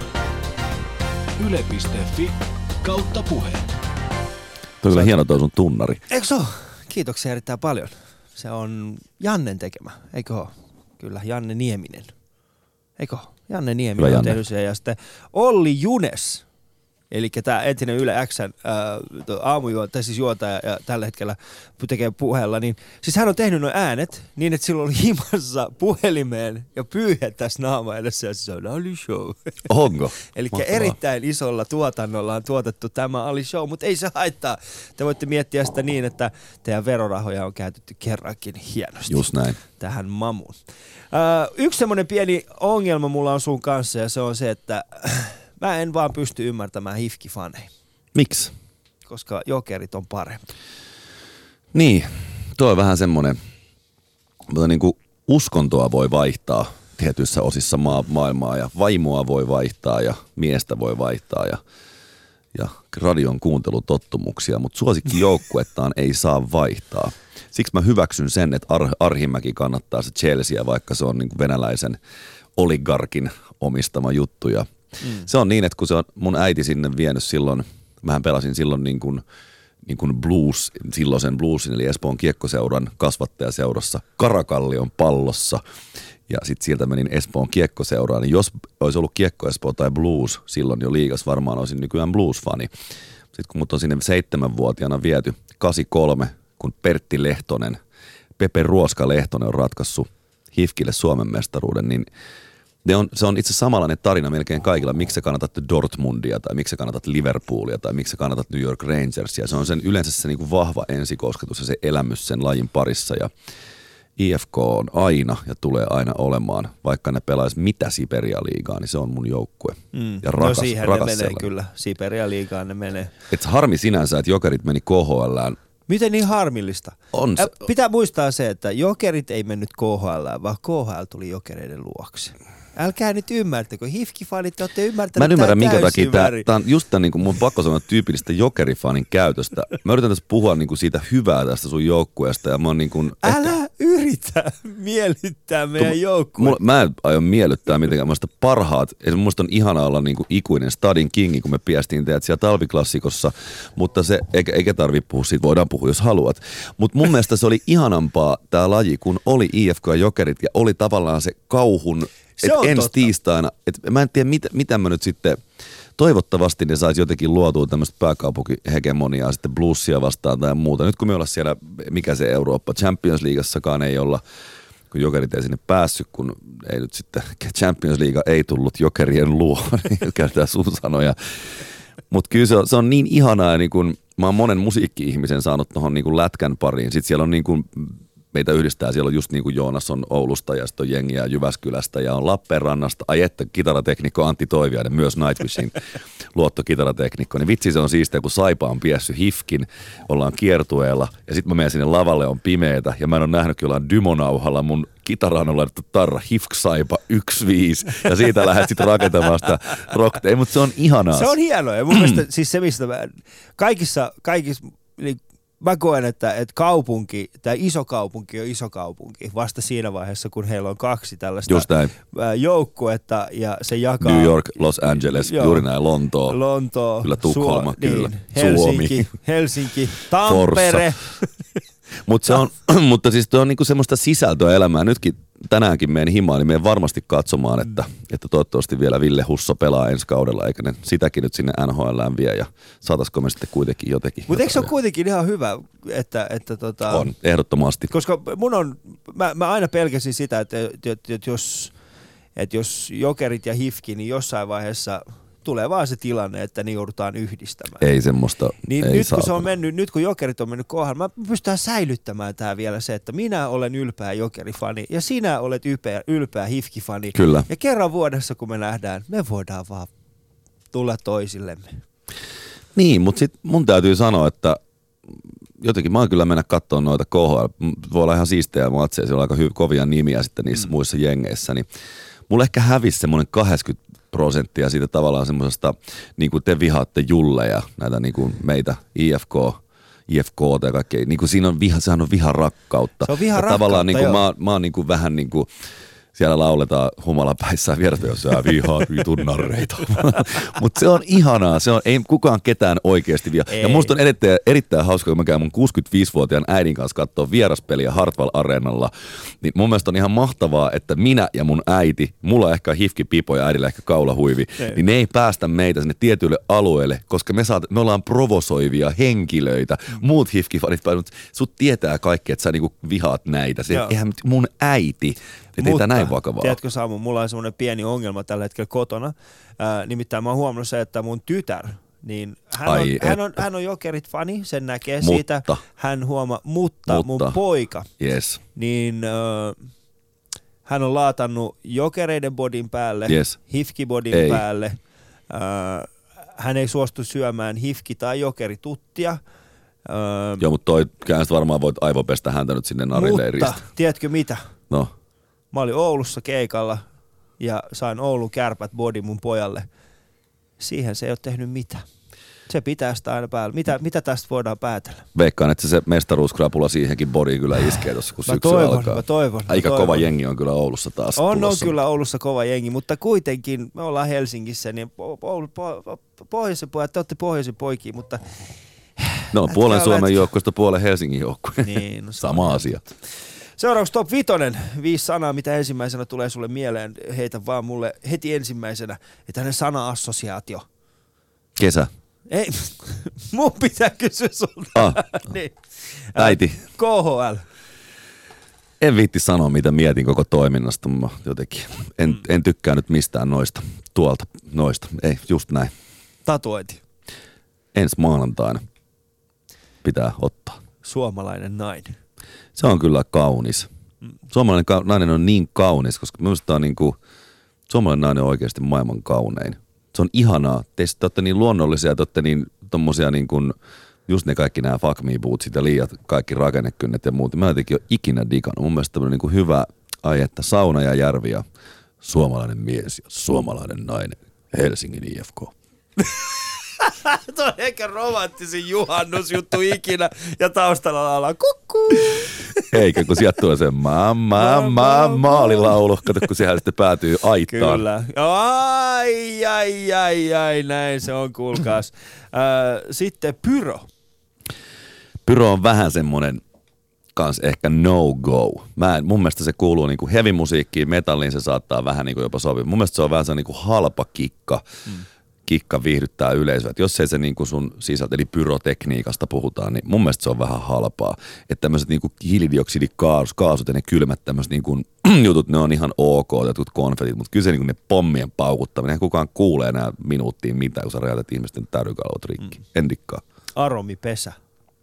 yle piste fi kautta puhe. Toi on hieno toi sun tunnari. Eikö se ole? Kiitoksia erittäin paljon. Se on Jannen tekemä, eikö ole? Kyllä, Janne Nieminen. Eikö ole? Janne Nieminen on tehnyt sen. Ja sitten Olli Junes, eli tämä entinen Yle X:n aamujuontaja, tai siis juontaja ja tällä hetkellä tekee puheella, niin siis hän on tehnyt nuo äänet niin, että sillä oli himassa puhelimeen ja pyyhe tässä naama edessä ja se on Ali Show. Onko? Eli erittäin isolla tuotannolla on tuotettu tämä Ali Show, mutta ei se haittaa. Te voitte miettiä sitä niin, että teidän verorahoja on käytetty kerrankin hienosti. Just näin. Tähän mamuun. Uh, yksi semmoinen pieni ongelma mulla on sun kanssa ja se on se, että mä en vaan pysty ymmärtämään hifki-faneja. Miksi? Koska jokerit on parempi. Niin, tuo on vähän semmoinen, mutta niin kuin uskontoa voi vaihtaa tietyissä osissa maa, maailmaa ja vaimoa voi vaihtaa ja miestä voi vaihtaa ja, ja radion kuuntelutottumuksia, mutta suosikkijoukkuettaan ei saa vaihtaa. Siksi mä hyväksyn sen, että Ar- Arhimäki kannattaa se Chelsea, vaikka se on niin kuin venäläisen oligarkin omistama juttu ja Mm. Se on niin, että kun se on mun äiti sinne vienyt silloin, mähän pelasin silloin niin kuin, niin kuin blues, silloisen bluesin, eli Espoon kiekkoseuran kasvattajaseurassa Karakallion pallossa. Ja sitten sieltä menin Espoon kiekkoseuraan, niin jos olisi ollut Kiekko Espoo tai blues silloin jo liigas, varmaan olisin nykyään blues-fani. Sitten kun mut on sinne seitsemänvuotiaana viety, kahdeksankymmentäkolme, kun Pertti Lehtonen, Pepe Ruoska Lehtonen on ratkaissut Hifkille Suomen mestaruuden, niin Ne on, se on itse samanlainen tarina melkein kaikilla, miksi sä kannatat Dortmundia tai miksi sä kannatat Liverpoolia tai miksi sä kannatat New York Rangersia. Se on sen yleensä se niinku vahva ensikosketus ja se elämys sen lajin parissa ja I F K on aina ja tulee aina olemaan, vaikka ne pelaisi mitä Siberia-liigaa, niin se on mun joukkue. Mm. Ja rakas, no siihen rakas ne menee sellainen. kyllä, Siberia-liigaan ne menee. Et harmi sinänsä, että Jokerit meni K H L:ään. Miten niin harmillista? On se. Ä, pitää muistaa se, että Jokerit ei mennyt K H L:ään, vaan K H L tuli Jokereiden luokse. Älkää nyt ymmärtäkö, Hifki-fanit, te olette ymmärtäneet. Mä en ymmärrä, minkä täysin takia väärin. tämä on just tämän, niin kuin mun pakko sanoa, tyypillistä Jokerifanin käytöstä. Mä yritän tässä puhua niin kuin siitä hyvää tästä sun joukkueesta ja mä oon niin kuin Älä ehkä yritä miellyttää meidän joukkuetta. Mä en aio miellyttää mitenkään. Musta parhaat, musta on ihana olla niinku ikuinen stadin kingi, kun me piestiin teidät siellä talviklassikossa, mutta se, eikä, eikä tarvitse puhua siitä, voidaan puhua jos haluat. Mutta mun mielestä se oli ihanampaa tää laji, kun oli I F K ja Jokerit ja oli tavallaan se kauhun, että ensi totta. tiistaina, että mä en tiedä mitä, mitä mä nyt sitten, toivottavasti ne saisi jotenkin luotua tämmöistä pääkaupunkihegemoniaa sitten bluesia vastaan tai muuta. Nyt kun me ollaan siellä, mikä se Eurooppa, Champions Leagueassakaan ei olla, kun Jokerit ei sinne päässyt, kun ei nyt sitten Champions League ei tullut Jokerien luo, niin käytetään sun sanoja. Mutta kyllä se on, se on niin ihanaa, ja niin kun, mä oon monen musiikki-ihmisen saanut tuohon niin lätkän pariin. Sitten siellä on niin kun, meitä yhdistää, siellä on just niin kuin Joonas on Oulusta ja sitten on jengiä Jyväskylästä ja on Lappeenrannasta. Ai että kitarateknikko Antti Toiviainen, myös Nightwishin luottokitarateknikko. Niin vitsi se on siistiä, kun Saipa on piessyt Hifkin, ollaan kiertueella ja sitten mä menen sinne lavalle, on pimeetä ja mä en ole nähnyt kyllä Dymonauhalla mun kitaraan on laitettu tarra Hifk Saipa yksi viisi ja siitä lähdet sitten rakentamaan sitä rock. Ei, mutta se on ihanaa. Se on hienoa ja mun mielestä siis se, mistä mä, kaikissa, kaikissa niin mä koen, että, että kaupunki, tämä iso kaupunki on iso kaupunki vasta siinä vaiheessa, kun heillä on kaksi tällaista joukkuetta ja se jakaa... New York, Los Angeles, joo, juuri näin, Lontoo. Lontoo. Kyllä Tukholma, Suo, kyllä. Niin, Helsinki, Suomi. Helsinki, Tampere. Mut se on, mutta siis tuo on niinku semmoista sisältöä elämää. Nytkin tänäänkin menen himaan, niin menen varmasti katsomaan, että, että toivottavasti vielä Ville Husso pelaa ensi kaudella, eikä ne sitäkin nyt sinne N H L:ään vie ja saataisiko me sitten kuitenkin jotenkin. Mutta eikö se ole kuitenkin ihan hyvä, että... että tota, on, ehdottomasti. Koska mun on, mä, mä aina pelkäsin sitä, että, että, että, jos, että jos Jokerit ja Hifki, niin jossain vaiheessa... Tulee vaan se tilanne, että ne joudutaan yhdistämään. Ei semmoista, niin ei nyt, kun se on saatana. mennyt, nyt kun Jokerit on mennyt kohdalla, mä pystytään säilyttämään tää vielä se, että minä olen ylpeä Jokerifani ja sinä olet ylpeä, ylpeä Hifki-fani. Kyllä. Ja kerran vuodessa, kun me nähdään, me voidaan vaan tulla toisillemme. Niin, mutta sit mun täytyy sanoa, että jotenkin mä oon kyllä mennä katsomaan noita K H L. Voi olla ihan siistejä matseja, siellä on aika hy- kovia nimiä sitten niissä mm. muissa jengeissä. Niin mulla ehkä hävisi semmoinen kahdeksankymmentä prosenttia siitä tavallaan semmoisesta, niin kuin te vihaatte julleja, näitä niin kuin meitä I F K, I F K ja kaikkea. Niin kuin siinä on viha, sehän on viharakkautta. Se on viharakkautta, tavallaan niin kuin joo. mä, mä oon niin kuin vähän niin kuin, siellä lauletaan humalapäissään viertä, jos sä vihaat vitun narreita. Mutta se on ihanaa, se on, ei kukaan ketään oikeasti vihaa. Ja musta on erittäin, erittäin hauska, kun mä käyn mun kuusikymmentäviisivuotiaan äidin kanssa katsoa vieraspeliä Hartwall-areenalla. Niin mun mielestä on ihan mahtavaa, että minä ja mun äiti, mulla on ehkä hifki-pipo ja äidillä ehkä kaulahuivi, ei. niin ne ei päästä meitä sinne tietyille alueille, koska me, saat, me ollaan provosoivia henkilöitä. Mm. Muut hifki-fanit, mutta sut tietää kaikki, että sä niinku vihaat näitä. Se, eihän mun äiti... Että mutta, ei näin vakavaa. Tiedätkö Samu, mulla on semmoinen pieni ongelma tällä hetkellä kotona. Ää, nimittäin mä oon huomannut se, että mun tytär, niin hän, on, hän, on, hän on Jokerit-fani, sen näkee mutta, siitä. Hän huomaa, mutta, mutta mun poika, yes. niin äh, hän on laatannut Jokereiden bodin päälle, yes. Hifki-bodin ei. päälle. Äh, hän ei suostu syömään Hifki- tai Jokerituttia. Äh, Joo, mutta toi käänstä varmaan voit aivopestä häntä nyt sinne narileiristä. Mutta, tiedätkö mitä? No. Mä olin Oulussa keikalla ja sain Oulun kärpät body mun pojalle. Siihen se ei ole tehnyt mitään. Se pitää sitä aina päällä. Mitä, mitä tästä voidaan päätellä? Veikkaan, että se mestaruuskrapula siihenkin body kyllä iskee tuossa, kun mä syksy toivon, alkaa. Mä toivon, Aika mä toivon. kova jengi on kyllä Oulussa taas. On, on kyllä Oulussa kova jengi, mutta kuitenkin me ollaan Helsingissä, niin Oulu, po, po, pohjoisen pojat, te olette pohjoisen poikia, mutta... No, puolen Suomen joukkueesta puolen Helsingin joukkueen. Niin, no, sama asia. Seuraavaksi top vitonen, viisi sanaa, mitä ensimmäisenä tulee sulle mieleen. Heitä vaan mulle heti ensimmäisenä, että hänen sana-assosiaatio. Kesä. Ei, mun pitää kysyä sulta. Ah. niin. Äiti. K H L. En viitti sanoa, mitä mietin koko toiminnasta. Mä jotenkin en, mm. en tykkää nyt mistään noista, tuolta, noista. Ei, just näin. Tatuointi. Ensi maanantaina pitää ottaa. Suomalainen nainen. Se on kyllä kaunis. Mm. Suomalainen ka- nainen on niin kaunis, koska minusta on niin kuin, suomalainen nainen on oikeasti maailman kaunein. Se on ihanaa. Te, te olette niin luonnollisia, te olette niin tommosia niin kuin, just ne kaikki nämä fuck me bootsit ja liiat, kaikki rakennekynnet ja muut. Mä jotenkin ole ikinä digannut. Mun mielestä tämmöinen niin kuin hyvä ai, että sauna ja järvi ja suomalainen mies ja suomalainen nainen. Helsingin I F K. Tuo on ehkä romanttisin juhannusjuttu ikinä ja taustalla laulaa kukkuu. Eikä, kun sieltä tulee se mamma, mamma, maalilaulu. Kato, kun sehän sitten päätyy aittaan. Kyllä. Ai, ai, ai, ai, näin se on, kuulkaas. Äh, sitten pyro. Pyro on vähän semmoinen kans ehkä no-go. Mä en, mun mielestä se kuuluu niinku heavy-musiikkiin, metalliin se saattaa vähän niinku jopa sopia. Mun mielestä se on vähän se niinku halpa kikka. Mm. Kikka viihdyttää yleisöä. Että jos ei se niinku sun sisältö, eli pyrotekniikasta puhutaan, niin mun mielestä se on vähän halpaa. Että tämmöiset niinku hiilidioksidikaasut ja ne kylmät tämmöiset niinku jutut, ne on ihan ok, jotkut konfetit, mutta kyllä se niinku ne pommien paukuttaminen, eihän kukaan kuulee enää minuuttiin mitään, kun sä räjätät ihmisten tärykalvot rikki. Mm. En dikkaa. Aromipesä.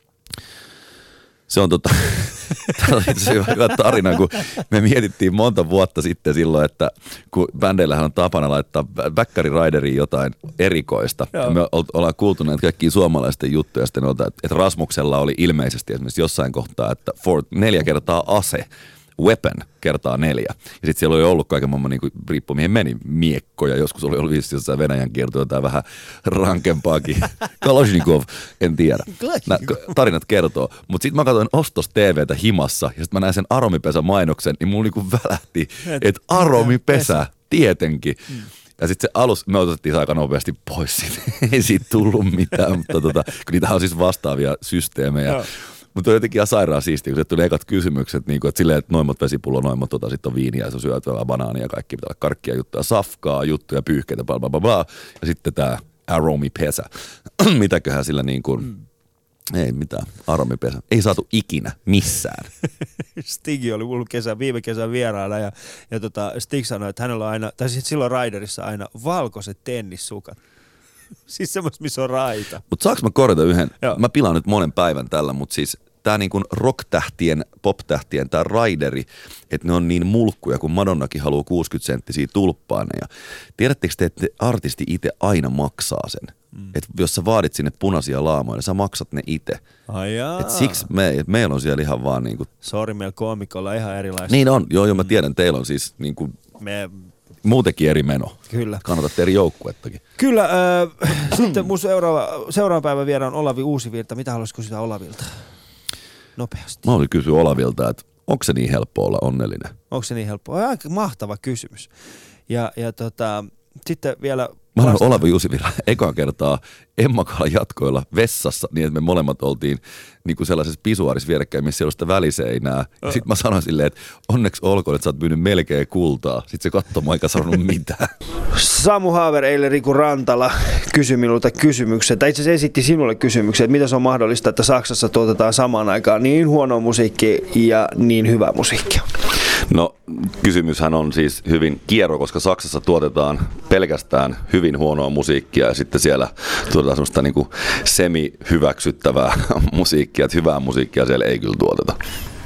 Se on tota, tämä on itse hyvä tarina, kun me mietittiin monta vuotta sitten silloin, että kun bändeillähän on tapana laittaa Bäkkäri Raideriin jotain erikoista. Ja me ollaan kuultu näitä kaikkia suomalaisten juttuja, sitten että Rasmuksella oli ilmeisesti esimerkiksi jossain kohtaa, että for neljä kertaa ase, weapon kertaa neljä. Ja sitten siellä oli ollut kaiken maailman, niin riippuu mihin meni, miekkoja. Joskus oli ollut vissi jossain Venäjän kiertoa tai vähän rankempaakin. Kalashnikov, en tiedä. Nää tarinat kertoo. Mutta sitten mä katsoin Ostos T V:tä himassa ja sitten mä näin sen Aromipesä mainoksen, niin mulla niinku välähti, että Aromipesä, tietenkin. Mm. Ja sitten se alus, me otettiin aika nopeasti pois siitä. Ei siitä tullut mitään, mutta tota, kun niitä on siis vastaavia systeemejä. No. Mutta on jotenkin ihan sairaan siistiä, kun se tuli ekat kysymykset, niin kuin, että silleen, että noimmat vesipullo, noimmat tota, sitten on viiniä, ja se syöt vähän banaania ja kaikki, pitää olla karkkia juttuja, safkaa juttuja, pyyhkeitä, bla bla bla bla. Ja sitten tämä aromipesä. Mitäköhän sillä niin kuin, mm. ei mitään, aromipesä. Ei saatu ikinä missään. Stigi oli mulla kesän, viime kesän vieraana ja, ja tota, Stig sanoi, että hänellä on aina, tai siis silloin Raiderissa aina valkoiset tennissukat. Siis semmoista, missä on raita. Mutta saanko mä korjata yhden? Joo. Mä pilaan nyt monen päivän tällä, mutta siis tää niin kuin rock-tähtien, pop-tähtien, tää raideri, että ne on niin mulkkuja, kun Madonnakin haluaa kuusikymmentä senttisiä tulppaaneja. Tiedättekö te, että artisti itse aina maksaa sen? Mm. Että jos sä vaadit sinne punaisia laamoja, sä maksat ne itse. Et siksi me, et meillä on siellä ihan vaan niinku... Sori, meillä koomikolla ihan erilaista. Niin on, joo joo mä tiedän, teillä on siis niinku... Me... Muutenkin eri meno. Kyllä. Kannatatte eri joukkuettakin. Kyllä. Äh, sitten mun seuraava, seuraavan päivän vieraan Olavi Uusivirta. Mitä haluaisi kysyä Olavilta? Nopeasti. Mä haluaisin kysyä Olavilta, että onko se niin helppo olla onnellinen? Onko se niin helppo? Aika mahtava kysymys. Ja, ja tota, sitten vielä... Mä olen Olavi Uusivirta ekaa kertaa Emmakalan jatkoilla vessassa niin, että me molemmat oltiin niin kuin sellaisessa pisuaarissa vierekkäin, missä ei ollut sitä väliseinää. Ja sit mä sanoin silleen, että onneksi olkoon, että sä oot myynyt melkein kultaa. Sitten se katsoi mua eikä sanonut mitään. Samu Haaver eilen Riku Rantala kysyi minulta kysymyksen, tai itse asiassa esitti sinulle kysymyksen, että miten se on mahdollista, että Saksassa tuotetaan samaan aikaan niin huonoa musiikkia ja niin hyvää musiikkia. No kysymyshän on siis hyvin kierro, koska Saksassa tuotetaan pelkästään hyvin huonoa musiikkia ja sitten siellä tuotetaan semmoista niinku semi-hyväksyttävää musiikkia, että hyvää musiikkia siellä ei kyllä tuoteta.